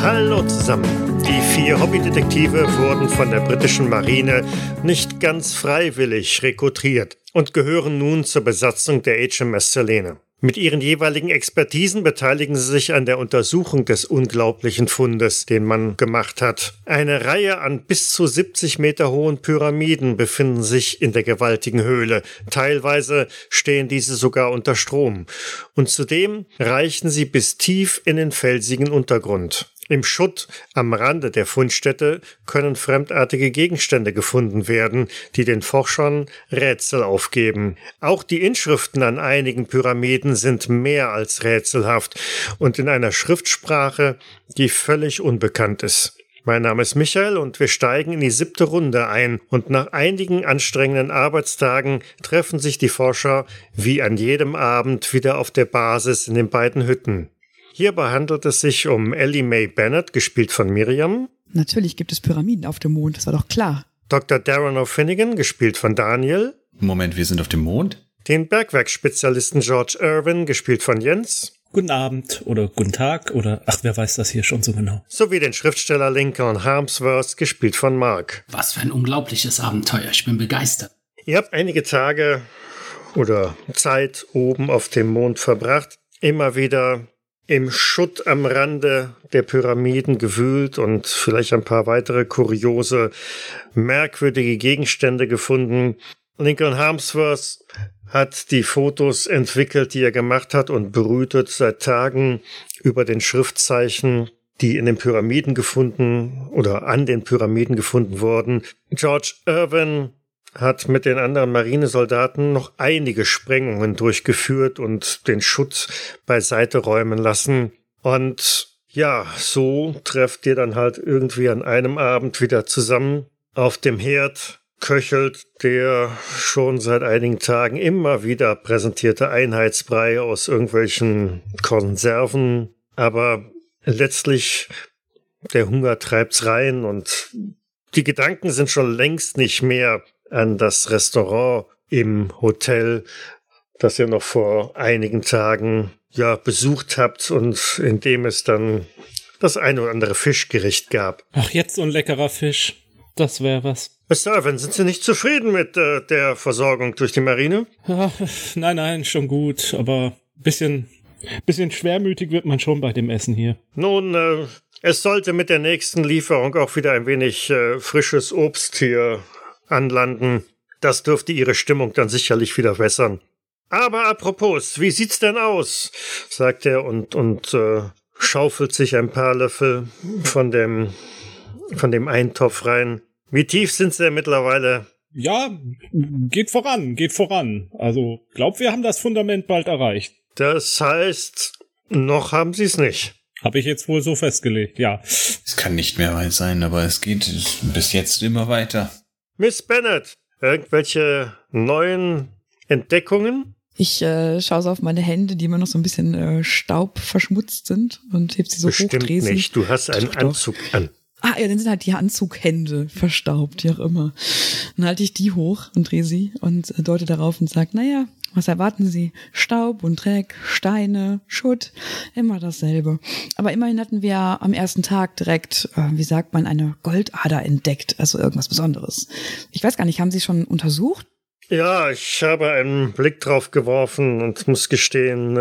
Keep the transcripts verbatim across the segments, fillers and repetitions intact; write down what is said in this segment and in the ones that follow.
Hallo zusammen. Die vier Hobbydetektive wurden von der britischen Marine nicht ganz freiwillig rekrutiert und gehören nun zur Besatzung der H M S Selene. Mit ihren jeweiligen Expertisen beteiligen sie sich an der Untersuchung des unglaublichen Fundes, den man gemacht hat. Eine Reihe an bis zu siebzig Meter hohen Pyramiden befinden sich in der gewaltigen Höhle. Teilweise stehen diese sogar unter Strom. Und zudem reichen sie bis tief in den felsigen Untergrund. Im Schutt am Rande der Fundstätte können fremdartige Gegenstände gefunden werden, die den Forschern Rätsel aufgeben. Auch die Inschriften an einigen Pyramiden sind mehr als rätselhaft und in einer Schriftsprache, die völlig unbekannt ist. Mein Name ist Michael und wir steigen in die siebte Runde ein und nach einigen anstrengenden Arbeitstagen treffen sich die Forscher wie an jedem Abend wieder auf der Basis in den beiden Hütten. Hierbei handelt es sich um Ellie Mae Bennett, gespielt von Miriam. Natürlich gibt es Pyramiden auf dem Mond, das war doch klar. Doktor Darren O'Finnigan, gespielt von Daniel. Moment, wir sind auf dem Mond? Den Bergwerksspezialisten George Irwin, gespielt von Jens. Guten Abend oder guten Tag oder ach, wer weiß das hier schon so genau. Sowie den Schriftsteller Lincoln Harmsworth, gespielt von Mark. Was für ein unglaubliches Abenteuer, ich bin begeistert. Ihr habt einige Tage oder Zeit oben auf dem Mond verbracht, immer wieder im Schutt am Rande der Pyramiden gewühlt und vielleicht ein paar weitere kuriose, merkwürdige Gegenstände gefunden. Lincoln Harmsworth hat die Fotos entwickelt, die er gemacht hat und brütet seit Tagen über den Schriftzeichen, die in den Pyramiden gefunden oder an den Pyramiden gefunden wurden. George Irwin hat mit den anderen Marinesoldaten noch einige Sprengungen durchgeführt und den Schutt beiseite räumen lassen. Und ja, so trefft ihr dann halt irgendwie an einem Abend wieder zusammen. Auf dem Herd köchelt der schon seit einigen Tagen immer wieder präsentierte Einheitsbrei aus irgendwelchen Konserven. Aber letztlich, der Hunger treibt's rein und die Gedanken sind schon längst nicht mehr an das Restaurant im Hotel, das ihr noch vor einigen Tagen ja besucht habt und in dem es dann das ein oder andere Fischgericht gab. Ach, jetzt so ein leckerer Fisch. Das wäre was. Mister Irwin, sind Sie nicht zufrieden mit äh, der Versorgung durch die Marine? Ja, nein, nein, schon gut, aber bisschen, bisschen schwermütig wird man schon bei dem Essen hier. Nun, äh, es sollte mit der nächsten Lieferung auch wieder ein wenig äh, frisches Obst hier anlanden. Das dürfte Ihre Stimmung dann sicherlich wieder wässern. Aber apropos, wie sieht's denn aus? Sagt er und, und äh, schaufelt sich ein paar Löffel von dem, von dem Eintopf rein. Wie tief sind Sie denn mittlerweile? Ja, geht voran, geht voran. Also, glaub, wir haben das Fundament bald erreicht. Das heißt, noch haben Sie es nicht. Habe ich jetzt wohl so festgelegt, ja. Es kann nicht mehr weit sein, aber es geht bis jetzt immer weiter. Miss Bennett, irgendwelche neuen Entdeckungen? Ich äh, schaue so auf meine Hände, die immer noch so ein bisschen äh, staubverschmutzt sind und heb sie so hoch. Bestimmt nicht, du hast einen Anzug an. Ah, ja, dann sind halt die Anzughände verstaubt, wie auch immer. Dann halte ich die hoch und drehe sie und äh, deute darauf und sage, naja, was erwarten Sie? Staub und Dreck, Steine, Schutt, immer dasselbe. Aber immerhin hatten wir am ersten Tag direkt, äh, wie sagt man, eine Goldader entdeckt, also irgendwas Besonderes. Ich weiß gar nicht, haben Sie schon untersucht? Ja, ich habe einen Blick drauf geworfen und muss gestehen,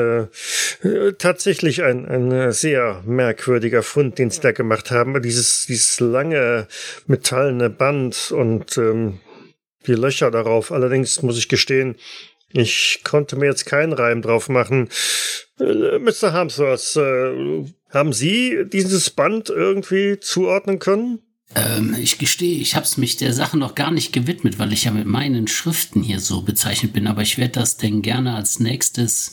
äh, tatsächlich ein, ein sehr merkwürdiger Fund, den Sie da gemacht haben. Dieses, dieses lange metallene Band und ähm, die Löcher darauf. Allerdings muss ich gestehen, ich konnte mir jetzt keinen Reim drauf machen. Äh, Mister Harmsworth, äh, haben Sie dieses Band irgendwie zuordnen können? Ähm, ich gestehe, ich hab's mich der Sache noch gar nicht gewidmet, weil ich ja mit meinen Schriften hier so bezeichnet bin, aber ich werde das denn gerne als nächstes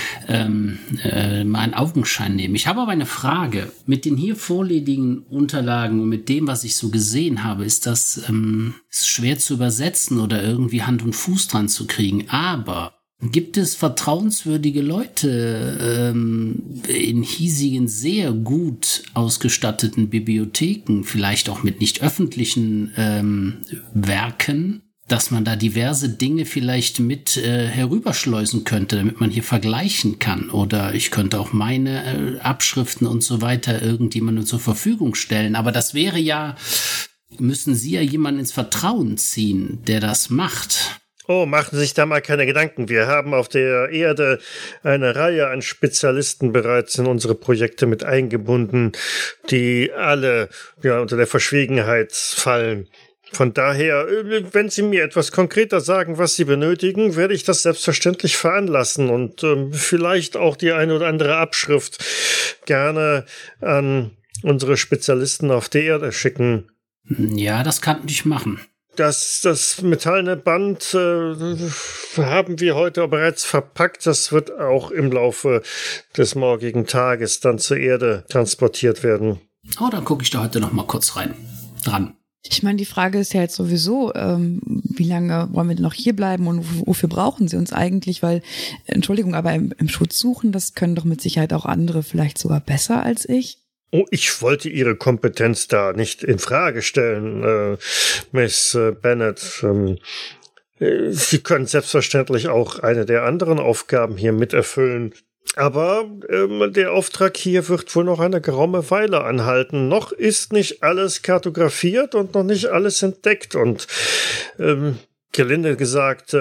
ähm, äh, mal in Augenschein nehmen. Ich habe aber eine Frage. Mit den hier vorliegenden Unterlagen und mit dem, was ich so gesehen habe, ist das ähm, ist schwer zu übersetzen oder irgendwie Hand und Fuß dran zu kriegen, aber gibt es vertrauenswürdige Leute ähm, in hiesigen, sehr gut ausgestatteten Bibliotheken, vielleicht auch mit nicht öffentlichen ähm, Werken, dass man da diverse Dinge vielleicht mit äh, herüberschleusen könnte, damit man hier vergleichen kann. Oder ich könnte auch meine äh, Abschriften und so weiter irgendjemandem zur Verfügung stellen. Aber das wäre ja, müssen Sie ja jemanden ins Vertrauen ziehen, der das macht. Oh, machen Sie sich da mal keine Gedanken. Wir haben auf der Erde eine Reihe an Spezialisten bereits in unsere Projekte mit eingebunden, die alle ja unter der Verschwiegenheit fallen. Von daher, wenn Sie mir etwas konkreter sagen, was Sie benötigen, werde ich das selbstverständlich veranlassen und ähm, vielleicht auch die eine oder andere Abschrift gerne an unsere Spezialisten auf der Erde schicken. Ja, das kann ich machen. Das, das metallene Band äh, haben wir heute bereits verpackt. Das wird auch im Laufe des morgigen Tages dann zur Erde transportiert werden. Oh, dann gucke ich da heute noch mal kurz rein. Dran. Ich meine, die Frage ist ja jetzt sowieso, ähm, wie lange wollen wir denn noch hier bleiben und wofür brauchen sie uns eigentlich? Weil, Entschuldigung, aber im, im Schutz suchen, das können doch mit Sicherheit auch andere vielleicht sogar besser als ich. Oh, ich wollte Ihre Kompetenz da nicht in Frage stellen, äh, Miss Bennett. Ähm, Sie können selbstverständlich auch eine der anderen Aufgaben hier miterfüllen. Aber ähm, der Auftrag hier wird wohl noch eine geraume Weile anhalten. Noch ist nicht alles kartografiert und noch nicht alles entdeckt. Und ähm, gelinde gesagt, äh,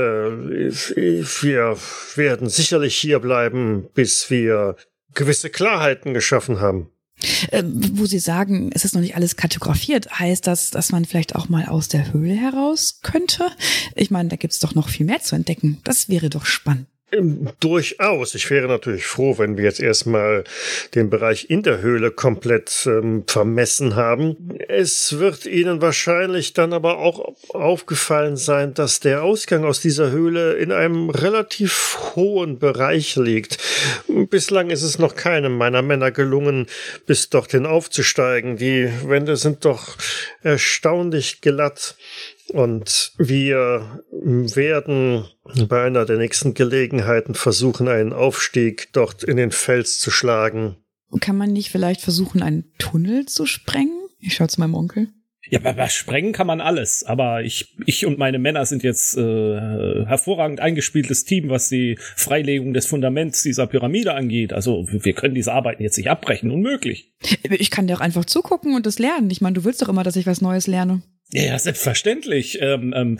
wir werden sicherlich hier bleiben, bis wir gewisse Klarheiten geschaffen haben. Äh, wo Sie sagen, es ist noch nicht alles kartografiert, heißt das, dass man vielleicht auch mal aus der Höhle heraus könnte? Ich meine, da gibt's doch noch viel mehr zu entdecken. Das wäre doch spannend. Durchaus. Ich wäre natürlich froh, wenn wir jetzt erstmal den Bereich in der Höhle komplett ähm, vermessen haben. Es wird Ihnen wahrscheinlich dann aber auch aufgefallen sein, dass der Ausgang aus dieser Höhle in einem relativ hohen Bereich liegt. Bislang ist es noch keinem meiner Männer gelungen, bis dorthin aufzusteigen. Die Wände sind doch erstaunlich glatt. Und wir werden bei einer der nächsten Gelegenheiten versuchen, einen Aufstieg dort in den Fels zu schlagen. Kann man nicht vielleicht versuchen, einen Tunnel zu sprengen? Ich schaue zu meinem Onkel. Ja, aber sprengen kann man alles. Aber ich, ich und meine Männer sind jetzt äh, hervorragend eingespieltes Team, was die Freilegung des Fundaments dieser Pyramide angeht. Also wir können diese Arbeiten jetzt nicht abbrechen. Unmöglich. Ich kann dir auch einfach zugucken und das lernen. Ich meine, du willst doch immer, dass ich was Neues lerne. Ja, ja, selbstverständlich. Ähm, ähm,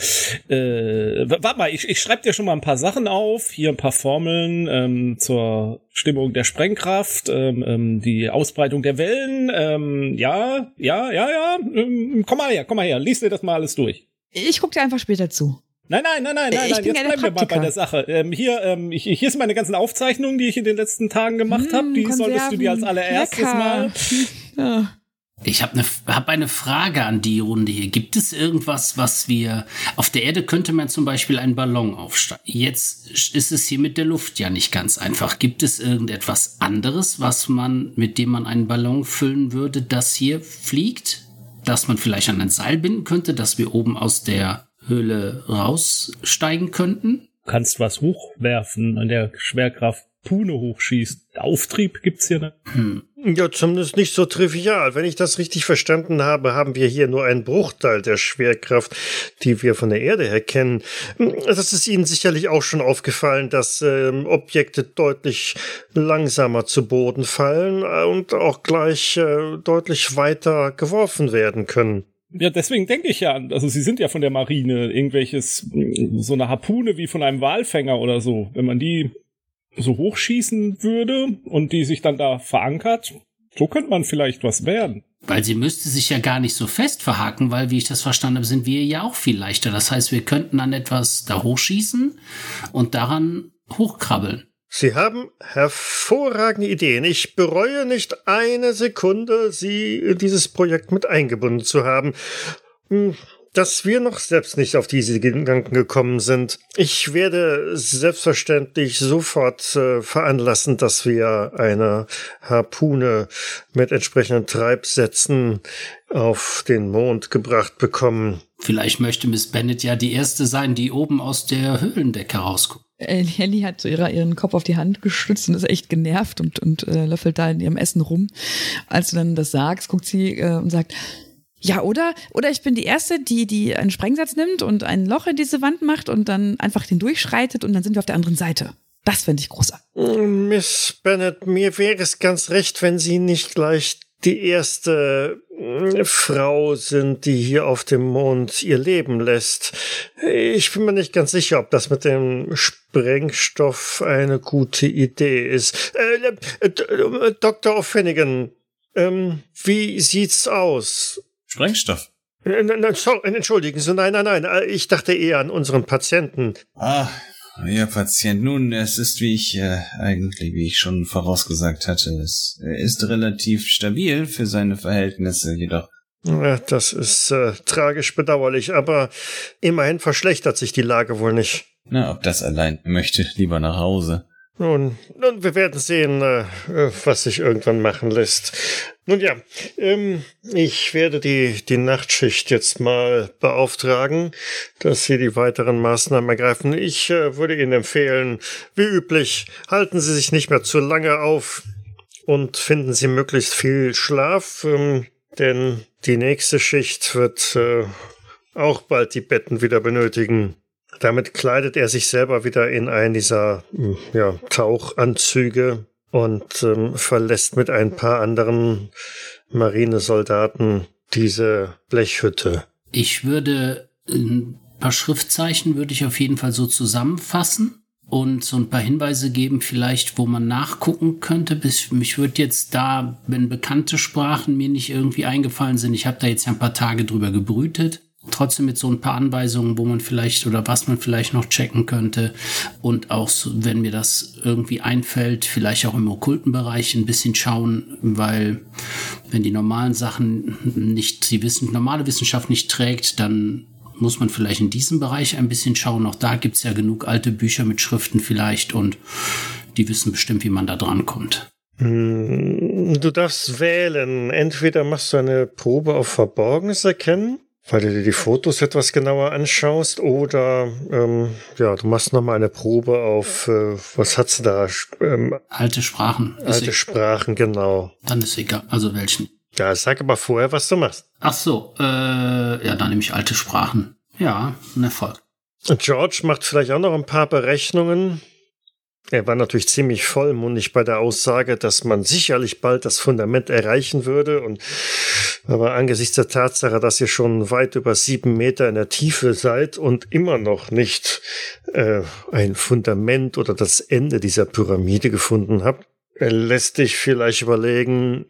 äh, warte mal, ich, ich schreibe dir schon mal ein paar Sachen auf. Hier ein paar Formeln ähm, zur Stimmung der Sprengkraft, ähm, ähm, die Ausbreitung der Wellen. Ähm, ja, ja, ja, ja. Ähm, komm mal her, komm mal her. Lies dir das mal alles durch. Ich guck dir einfach später zu. Nein, nein, nein, nein, nein, nein. Jetzt bleiben wir mal bei der Sache. Ähm, hier, ähm, ich, hier sind meine ganzen Aufzeichnungen, die ich in den letzten Tagen gemacht mm, habe. Die Konserven. Solltest du dir als allererstes Lecker. mal... Ja. Ich habe eine hab eine Frage an die Runde hier. Gibt es irgendwas, was wir... Auf der Erde könnte man zum Beispiel einen Ballon aufsteigen. Jetzt ist es hier mit der Luft ja nicht ganz einfach. Gibt es irgendetwas anderes, was man, mit dem man einen Ballon füllen würde, das hier fliegt? Dass man vielleicht an ein Seil binden könnte, dass wir oben aus der Höhle raussteigen könnten? Du kannst was hochwerfen, an der Schwerkraft Pune hochschießt. Auftrieb gibt's hier nicht. Hm. Ja, zumindest nicht so trivial. Wenn ich das richtig verstanden habe, haben wir hier nur einen Bruchteil der Schwerkraft, die wir von der Erde her kennen. Das ist Ihnen sicherlich auch schon aufgefallen, dass ähm, Objekte deutlich langsamer zu Boden fallen und auch gleich äh, deutlich weiter geworfen werden können. Ja, deswegen denke ich ja, also sie sind ja von der Marine, irgendwelches, so eine Harpune wie von einem Walfänger oder so. Wenn man die so hochschießen würde und die sich dann da verankert, so könnte man vielleicht was werden. Weil sie müsste sich ja gar nicht so fest verhaken, weil, wie ich das verstanden habe, sind wir ja auch viel leichter. Das heißt, wir könnten dann etwas da hochschießen und daran hochkrabbeln. Sie haben hervorragende Ideen. Ich bereue nicht eine Sekunde, Sie in dieses Projekt mit eingebunden zu haben. Dass wir noch selbst nicht auf diese Gedanken gekommen sind. Ich werde selbstverständlich sofort äh, veranlassen, dass wir eine Harpune mit entsprechenden Treibsätzen auf den Mond gebracht bekommen. Vielleicht möchte Miss Bennett ja die erste sein, die oben aus der Höhlendecke rausguckt. Ellie hat so ihre, ihren Kopf auf die Hand gestützt und ist echt genervt und, und äh, löffelt da in ihrem Essen rum. Als du dann das sagst, guckt sie äh, und sagt, Ja, oder, oder ich bin die Erste, die, die einen Sprengsatz nimmt und ein Loch in diese Wand macht und dann einfach den durchschreitet und dann sind wir auf der anderen Seite. Das fände ich großartig. Miss Bennet, mir wäre es ganz recht, wenn Sie nicht gleich die erste Frau sind, die hier auf dem Mond ihr Leben lässt. Ich bin mir nicht ganz sicher, ob das mit dem Sprengstoff eine gute Idee ist. Äh, äh, Doktor O'Finnigan, ähm, wie sieht's aus? Sprengstoff? Äh, sorry, entschuldigen Sie, nein, nein, nein, ich dachte eher an unseren Patienten. Ah, Ihr Patient, nun, es ist, wie ich äh, eigentlich, wie ich schon vorausgesagt hatte, es ist relativ stabil für seine Verhältnisse, jedoch. Ja, das ist äh, tragisch bedauerlich, aber immerhin verschlechtert sich die Lage wohl nicht. Na, ob das allein möchte, lieber nach Hause. Nun, nun, wir werden sehen, äh, was sich irgendwann machen lässt. Nun ja, ähm, ich werde die, die Nachtschicht jetzt mal beauftragen, dass Sie die weiteren Maßnahmen ergreifen. Ich äh, würde Ihnen empfehlen, wie üblich, halten Sie sich nicht mehr zu lange auf und finden Sie möglichst viel Schlaf, ähm, denn die nächste Schicht wird äh, auch bald die Betten wieder benötigen. Damit kleidet er sich selber wieder in einen dieser ja, Tauchanzüge und ähm, verlässt mit ein paar anderen Marinesoldaten diese Blechhütte. Ich würde ein paar Schriftzeichen würde ich auf jeden Fall so zusammenfassen und so ein paar Hinweise geben, vielleicht, wo man nachgucken könnte. Mich würde jetzt da, wenn bekannte Sprachen mir nicht irgendwie eingefallen sind, ich habe da jetzt ja ein paar Tage drüber gebrütet, trotzdem mit so ein paar Anweisungen, wo man vielleicht oder was man vielleicht noch checken könnte und auch, so, wenn mir das irgendwie einfällt, vielleicht auch im okkulten Bereich ein bisschen schauen, weil wenn die normalen Sachen nicht, die Wissen, normale Wissenschaft nicht trägt, dann muss man vielleicht in diesem Bereich ein bisschen schauen. Auch da gibt's ja genug alte Bücher mit Schriften vielleicht und die wissen bestimmt, wie man da dran kommt. Du darfst wählen. Entweder machst du eine Probe auf Verborgenes erkennen, weil du dir die Fotos etwas genauer anschaust, oder ähm, ja, du machst nochmal eine Probe auf, äh, was hat's da? Ähm, alte Sprachen. Alte ist Sprachen, genau. Dann ist egal, also welchen. Ja, sag aber vorher, was du machst. Ach so, äh, ja, dann nehme ich alte Sprachen. Ja, ein Erfolg. Und George macht vielleicht auch noch ein paar Berechnungen. Er war natürlich ziemlich vollmundig bei der Aussage, dass man sicherlich bald das Fundament erreichen würde. Und aber angesichts der Tatsache, dass ihr schon weit über sieben Meter in der Tiefe seid und immer noch nicht äh, ein Fundament oder das Ende dieser Pyramide gefunden habt, lässt dich vielleicht überlegen,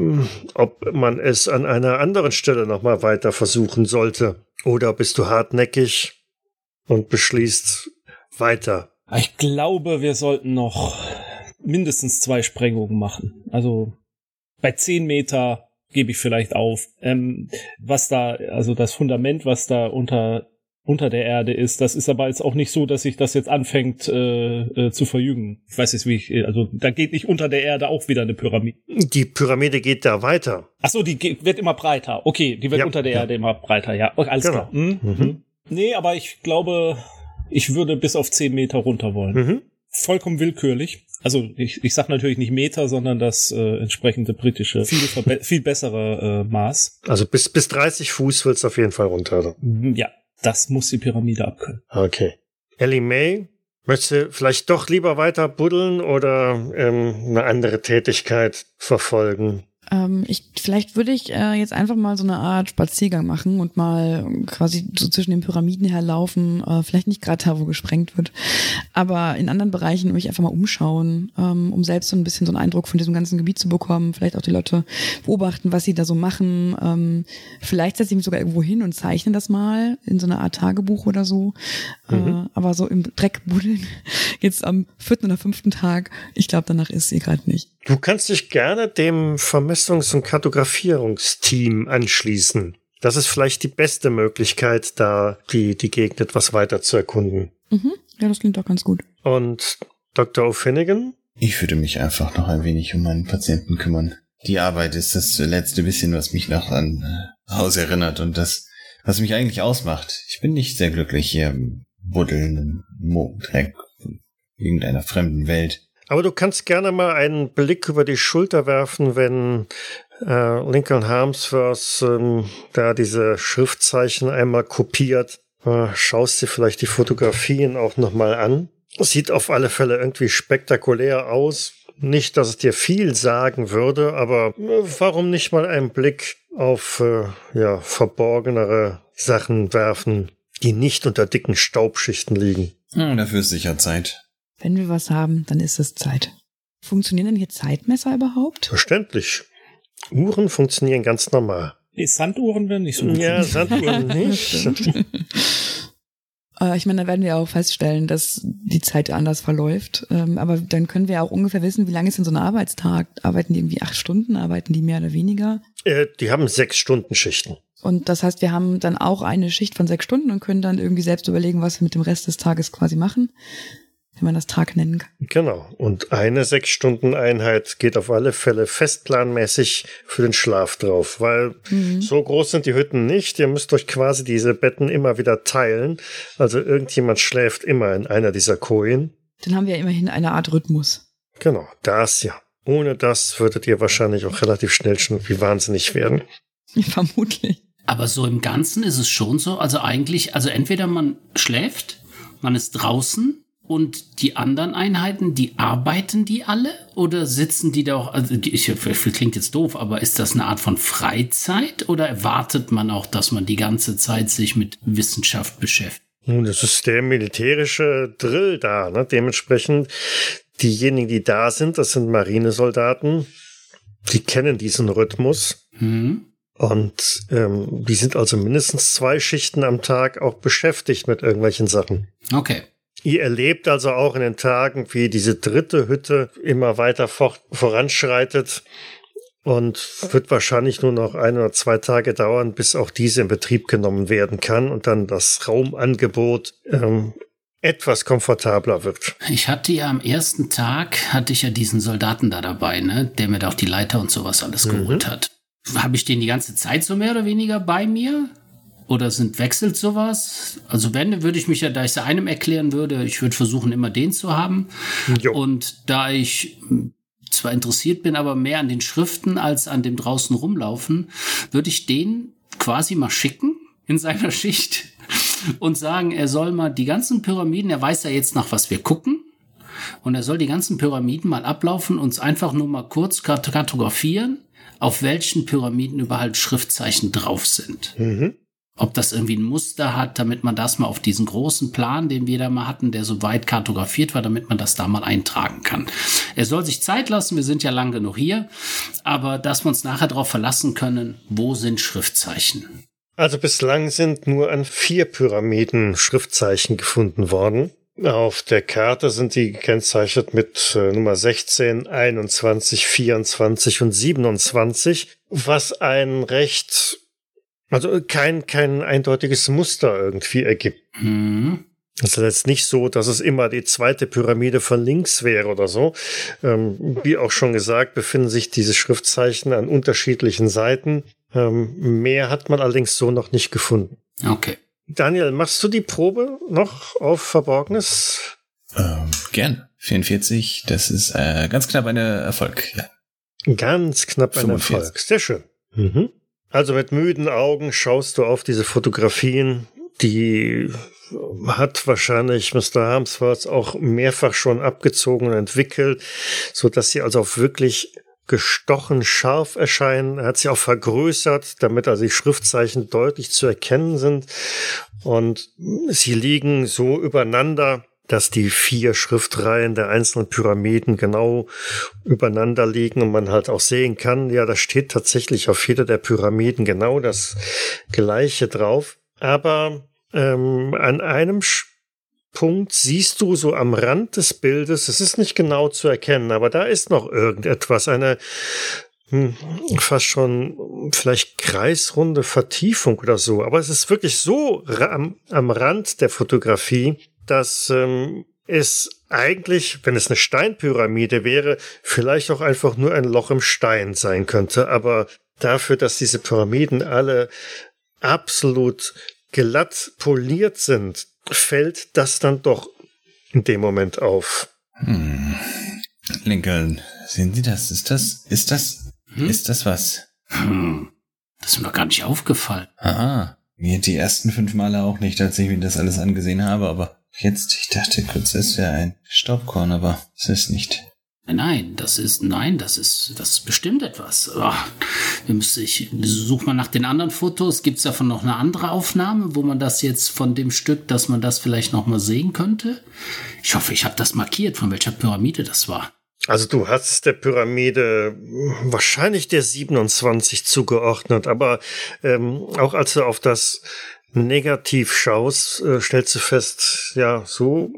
ob man es an einer anderen Stelle nochmal weiter versuchen sollte. Oder bist du hartnäckig und beschließt weiter? Ich glaube, wir sollten noch mindestens zwei Sprengungen machen. Also bei zehn Meter gebe ich vielleicht auf. Ähm, was da, also das Fundament, was da unter unter der Erde ist, das ist aber jetzt auch nicht so, dass sich das jetzt anfängt äh, äh, zu verjüngen. Ich weiß jetzt, wie ich, also da geht nicht unter der Erde auch wieder eine Pyramide. Die Pyramide geht da weiter. Ach so, die geht, wird immer breiter. Okay, die wird ja, unter der ja. Erde immer breiter, ja. Okay, alles genau. klar. Mhm. Mhm. Nee, aber ich glaube, ich würde bis auf zehn Meter runter wollen. Mhm. Vollkommen willkürlich. Also ich, ich sag natürlich nicht Meter, sondern das äh, entsprechende britische, viel, verbe- viel bessere äh, Maß. Also bis, bis dreißig Fuß willst du auf jeden Fall runter, oder? Ja, das muss die Pyramide abkönnen. Okay. Ellie May, möchtest du vielleicht doch lieber weiter buddeln oder ähm, eine andere Tätigkeit verfolgen? Ähm, ich, vielleicht würde ich äh, jetzt einfach mal so eine Art Spaziergang machen und mal quasi so zwischen den Pyramiden herlaufen, äh, vielleicht nicht gerade da, wo gesprengt wird, aber in anderen Bereichen mich einfach mal umschauen, ähm, um selbst so ein bisschen so einen Eindruck von diesem ganzen Gebiet zu bekommen, vielleicht auch die Leute beobachten, was sie da so machen, ähm, vielleicht setze ich mich sogar irgendwo hin und zeichne das mal in so einer Art Tagebuch oder so, mhm. äh, aber so im Dreck buddeln jetzt am vierten oder fünften Tag, ich glaube, danach ist sie gerade nicht. Du kannst dich gerne dem Vermessungs- und Kartografierungsteam anschließen. Das ist vielleicht die beste Möglichkeit, da die, die Gegend etwas weiter zu erkunden. Mhm. Ja, das klingt doch ganz gut. Und Doktor O'Finnigan? Ich würde mich einfach noch ein wenig um meinen Patienten kümmern. Die Arbeit ist das letzte bisschen, was mich noch an äh, Haus erinnert und das, was mich eigentlich ausmacht. Ich bin nicht sehr glücklich hier im Buddeln, im Mondreck, in irgendeiner fremden Welt. Aber du kannst gerne mal einen Blick über die Schulter werfen, wenn äh, Lincoln Harmsworth ähm, da diese Schriftzeichen einmal kopiert. Äh, schaust dir vielleicht die Fotografien auch nochmal an. Sieht auf alle Fälle irgendwie spektakulär aus. Nicht, dass es dir viel sagen würde, aber äh, warum nicht mal einen Blick auf äh, ja, verborgenere Sachen werfen, die nicht unter dicken Staubschichten liegen. Hm, dafür ist sicher Zeit. Wenn wir was haben, dann ist es Zeit. Funktionieren denn hier Zeitmesser überhaupt? Verständlich. Uhren funktionieren ganz normal. Die Sanduhren werden nicht so gut. Ja, Sanduhren nicht. Ich meine, da werden wir auch feststellen, dass die Zeit anders verläuft. Aber dann können wir auch ungefähr wissen, wie lange ist denn so ein Arbeitstag? Arbeiten die irgendwie acht Stunden? Arbeiten die mehr oder weniger? Äh, die haben sechs Stunden Schichten. Und das heißt, wir haben dann auch eine Schicht von sechs Stunden und können dann irgendwie selbst überlegen, was wir mit dem Rest des Tages quasi machen, wenn man das Tag nennen kann. Genau. Und eine Sechs-Stunden-Einheit geht auf alle Fälle festplanmäßig für den Schlaf drauf, weil mhm. so groß sind die Hütten nicht. Ihr müsst euch quasi diese Betten immer wieder teilen. Also irgendjemand schläft immer in einer dieser Kojen. Dann haben wir immerhin eine Art Rhythmus. Genau, das ja. Ohne das würdet ihr wahrscheinlich auch relativ schnell schon wie wahnsinnig werden. Vermutlich. Aber so im Ganzen ist es schon so, also eigentlich, also entweder man schläft, man ist draußen und die anderen Einheiten, die arbeiten die alle oder sitzen die da auch, also die, ich, klingt jetzt doof, aber ist das eine Art von Freizeit oder erwartet man auch, dass man die ganze Zeit sich mit Wissenschaft beschäftigt? Nun, das ist der militärische Drill da, ne? Dementsprechend diejenigen, die da sind, das sind Marinesoldaten, die kennen diesen Rhythmus. Mhm. Und ähm, die sind also mindestens zwei Schichten am Tag auch beschäftigt mit irgendwelchen Sachen. Okay. Ihr erlebt also auch in den Tagen, wie diese dritte Hütte immer weiter fort, voranschreitet und wird wahrscheinlich nur noch ein oder zwei Tage dauern, bis auch diese in Betrieb genommen werden kann und dann das Raumangebot ähm, etwas komfortabler wird. Ich hatte ja am ersten Tag, hatte ich ja diesen Soldaten da dabei, ne, der mir da auch die Leiter und sowas alles mhm. geholt hat. Habe ich den die ganze Zeit so mehr oder weniger bei mir? Oder sind wechselt sowas? Also wenn, würde ich mich ja, da ich es einem erklären würde, ich würde versuchen, immer den zu haben. Jo. Und da ich zwar interessiert bin, aber mehr an den Schriften als an dem draußen rumlaufen, würde ich den quasi mal schicken in seiner Schicht und sagen, er soll mal die ganzen Pyramiden, er weiß ja jetzt, nach was wir gucken, und er soll die ganzen Pyramiden mal ablaufen, uns einfach nur mal kurz kartografieren, auf welchen Pyramiden überall Schriftzeichen drauf sind. Mhm. Ob das irgendwie ein Muster hat, damit man das mal auf diesen großen Plan, den wir da mal hatten, der so weit kartografiert war, damit man das da mal eintragen kann. Er soll sich Zeit lassen, wir sind ja lang genug hier, aber dass wir uns nachher darauf verlassen können, wo sind Schriftzeichen? Also bislang sind nur an vier Pyramiden Schriftzeichen gefunden worden. Auf der Karte sind die gekennzeichnet mit äh, Nummer sechzehn, einundzwanzig, vierundzwanzig und siebenundzwanzig, was ein recht, also kein, kein eindeutiges Muster irgendwie ergibt. Mhm. Es ist jetzt nicht so, dass es immer die zweite Pyramide von links wäre oder so. Ähm, wie auch schon gesagt, befinden sich diese Schriftzeichen an unterschiedlichen Seiten. Ähm, mehr hat man allerdings so noch nicht gefunden. Okay. Daniel, machst du die Probe noch auf Verborgenes? Ähm, gern. vierundvierzig, das ist äh, ganz knapp ein Erfolg. Ja. Ganz knapp ein Erfolg. Sehr schön. Mhm. Also mit müden Augen schaust du auf diese Fotografien, die hat wahrscheinlich Mister Harmsworth auch mehrfach schon abgezogen und entwickelt, so dass sie also auch wirklich gestochen scharf erscheinen. Er hat sie auch vergrößert, damit also die Schriftzeichen deutlich zu erkennen sind. Und sie liegen so übereinander, dass die vier Schriftreihen der einzelnen Pyramiden genau übereinander liegen und man halt auch sehen kann, ja, da steht tatsächlich auf jeder der Pyramiden genau das Gleiche drauf. Aber ähm, an einem Punkt siehst du so am Rand des Bildes, es ist nicht genau zu erkennen, aber da ist noch irgendetwas, eine hm, fast schon vielleicht kreisrunde Vertiefung oder so. Aber es ist wirklich so am, am Rand der Fotografie, dass ähm, es eigentlich, wenn es eine Steinpyramide wäre, vielleicht auch einfach nur ein Loch im Stein sein könnte. Aber dafür, dass diese Pyramiden alle absolut glatt poliert sind, fällt das dann doch in dem Moment auf. Hm. Lincoln, sehen Sie das? Ist das, ist das, hm? ist das was? Hm, das ist mir doch gar nicht aufgefallen. Aha. Mir die ersten fünf Male auch nicht, als ich mir das alles angesehen habe, aber jetzt, ich dachte kurz, es wäre ein Staubkorn, aber es ist nicht. Nein, das ist, nein, das ist, das ist bestimmt etwas. Oh, wir müssen, ich suche mal nach den anderen Fotos. Gibt es davon noch eine andere Aufnahme, wo man das jetzt von dem Stück, dass man das vielleicht noch mal sehen könnte? Ich hoffe, ich habe das markiert, von welcher Pyramide das war. Also du hast der Pyramide wahrscheinlich der siebenundzwanzig zugeordnet, aber ähm, auch als du auf das Negativ schaust, äh, stellst du fest, ja, so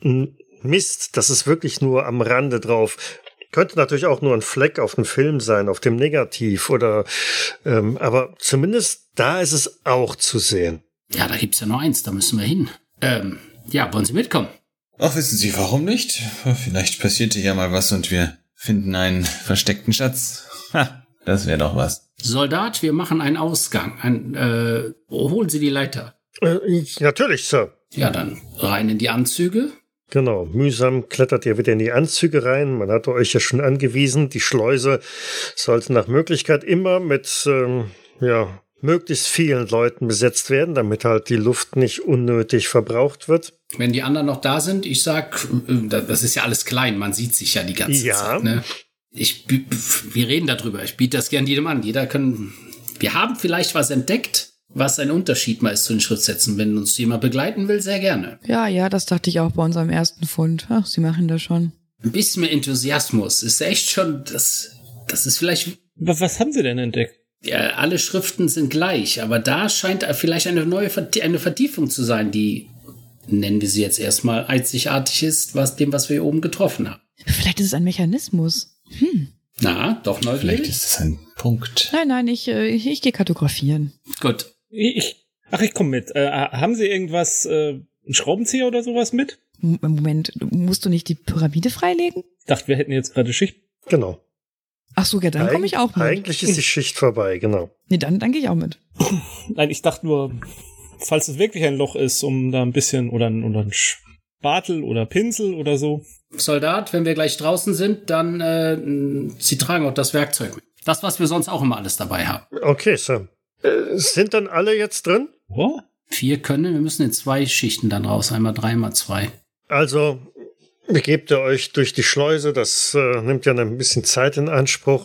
Mist, das ist wirklich nur am Rande drauf. Könnte natürlich auch nur ein Fleck auf dem Film sein, auf dem Negativ oder, ähm, aber zumindest da ist es auch zu sehen. Ja, da gibt's ja noch eins, da müssen wir hin. Ähm, ja, wollen Sie mitkommen? Ach, wissen Sie, warum nicht? Vielleicht passierte ja mal was und wir finden einen versteckten Schatz. Ha, das wäre doch was. Soldat, wir machen einen Ausgang. Ein, äh, holen Sie die Leiter. Äh, natürlich, Sir. Ja, dann rein in die Anzüge. Genau, mühsam klettert ihr wieder in die Anzüge rein. Man hatte euch ja schon angewiesen, die Schleuse sollte nach Möglichkeit immer mit, ähm, ja, möglichst vielen Leuten besetzt werden, damit halt die Luft nicht unnötig verbraucht wird. Wenn die anderen noch da sind, ich sag, das ist ja alles klein, man sieht sich ja die ganze ja. Zeit. Ne? Ich, wir reden darüber, ich biete das gern jedem an. Jeder kann, wir haben vielleicht was entdeckt, was ein Unterschied mal ist zu den Schriftsätzen. Wenn uns jemand begleiten will, sehr gerne. Ja, ja, das dachte ich auch bei unserem ersten Fund. Ach, Sie machen das schon. Ein bisschen mehr Enthusiasmus ist echt schon, das, das ist vielleicht... Was haben Sie denn entdeckt? Ja, alle Schriften sind gleich, aber da scheint vielleicht eine neue Vert- eine Vertiefung zu sein, die, nennen wir sie jetzt erstmal, einzigartig ist, was dem, was wir hier oben getroffen haben. Vielleicht ist es ein Mechanismus. Hm. Na, doch neugierig? Vielleicht ist es ein Punkt. Nein, nein, ich, ich, ich gehe kartografieren. Gut. Ich, ach, ich komme mit. Äh, haben Sie irgendwas, äh, einen Schraubenzieher oder sowas mit? M- Moment, musst du nicht die Pyramide freilegen? Ich dachte, wir hätten jetzt gerade Schicht. Genau. Ach so, ja, dann komme ich auch mit. Eigentlich ist die Schicht vorbei, genau. Nee, dann, dann gehe ich auch mit. Nein, ich dachte nur, falls es wirklich ein Loch ist, um da ein bisschen, oder ein, oder ein Spatel oder Pinsel oder so. Soldat, wenn wir gleich draußen sind, dann, äh, Sie tragen auch das Werkzeug mit. Das, was wir sonst auch immer alles dabei haben. Okay, Sir. Äh, sind dann alle jetzt drin? Oh? Vier können, wir müssen in zwei Schichten dann raus. Einmal drei, einmal zwei. Also, begebt ihr euch durch die Schleuse, das äh, nimmt ja ein bisschen Zeit in Anspruch.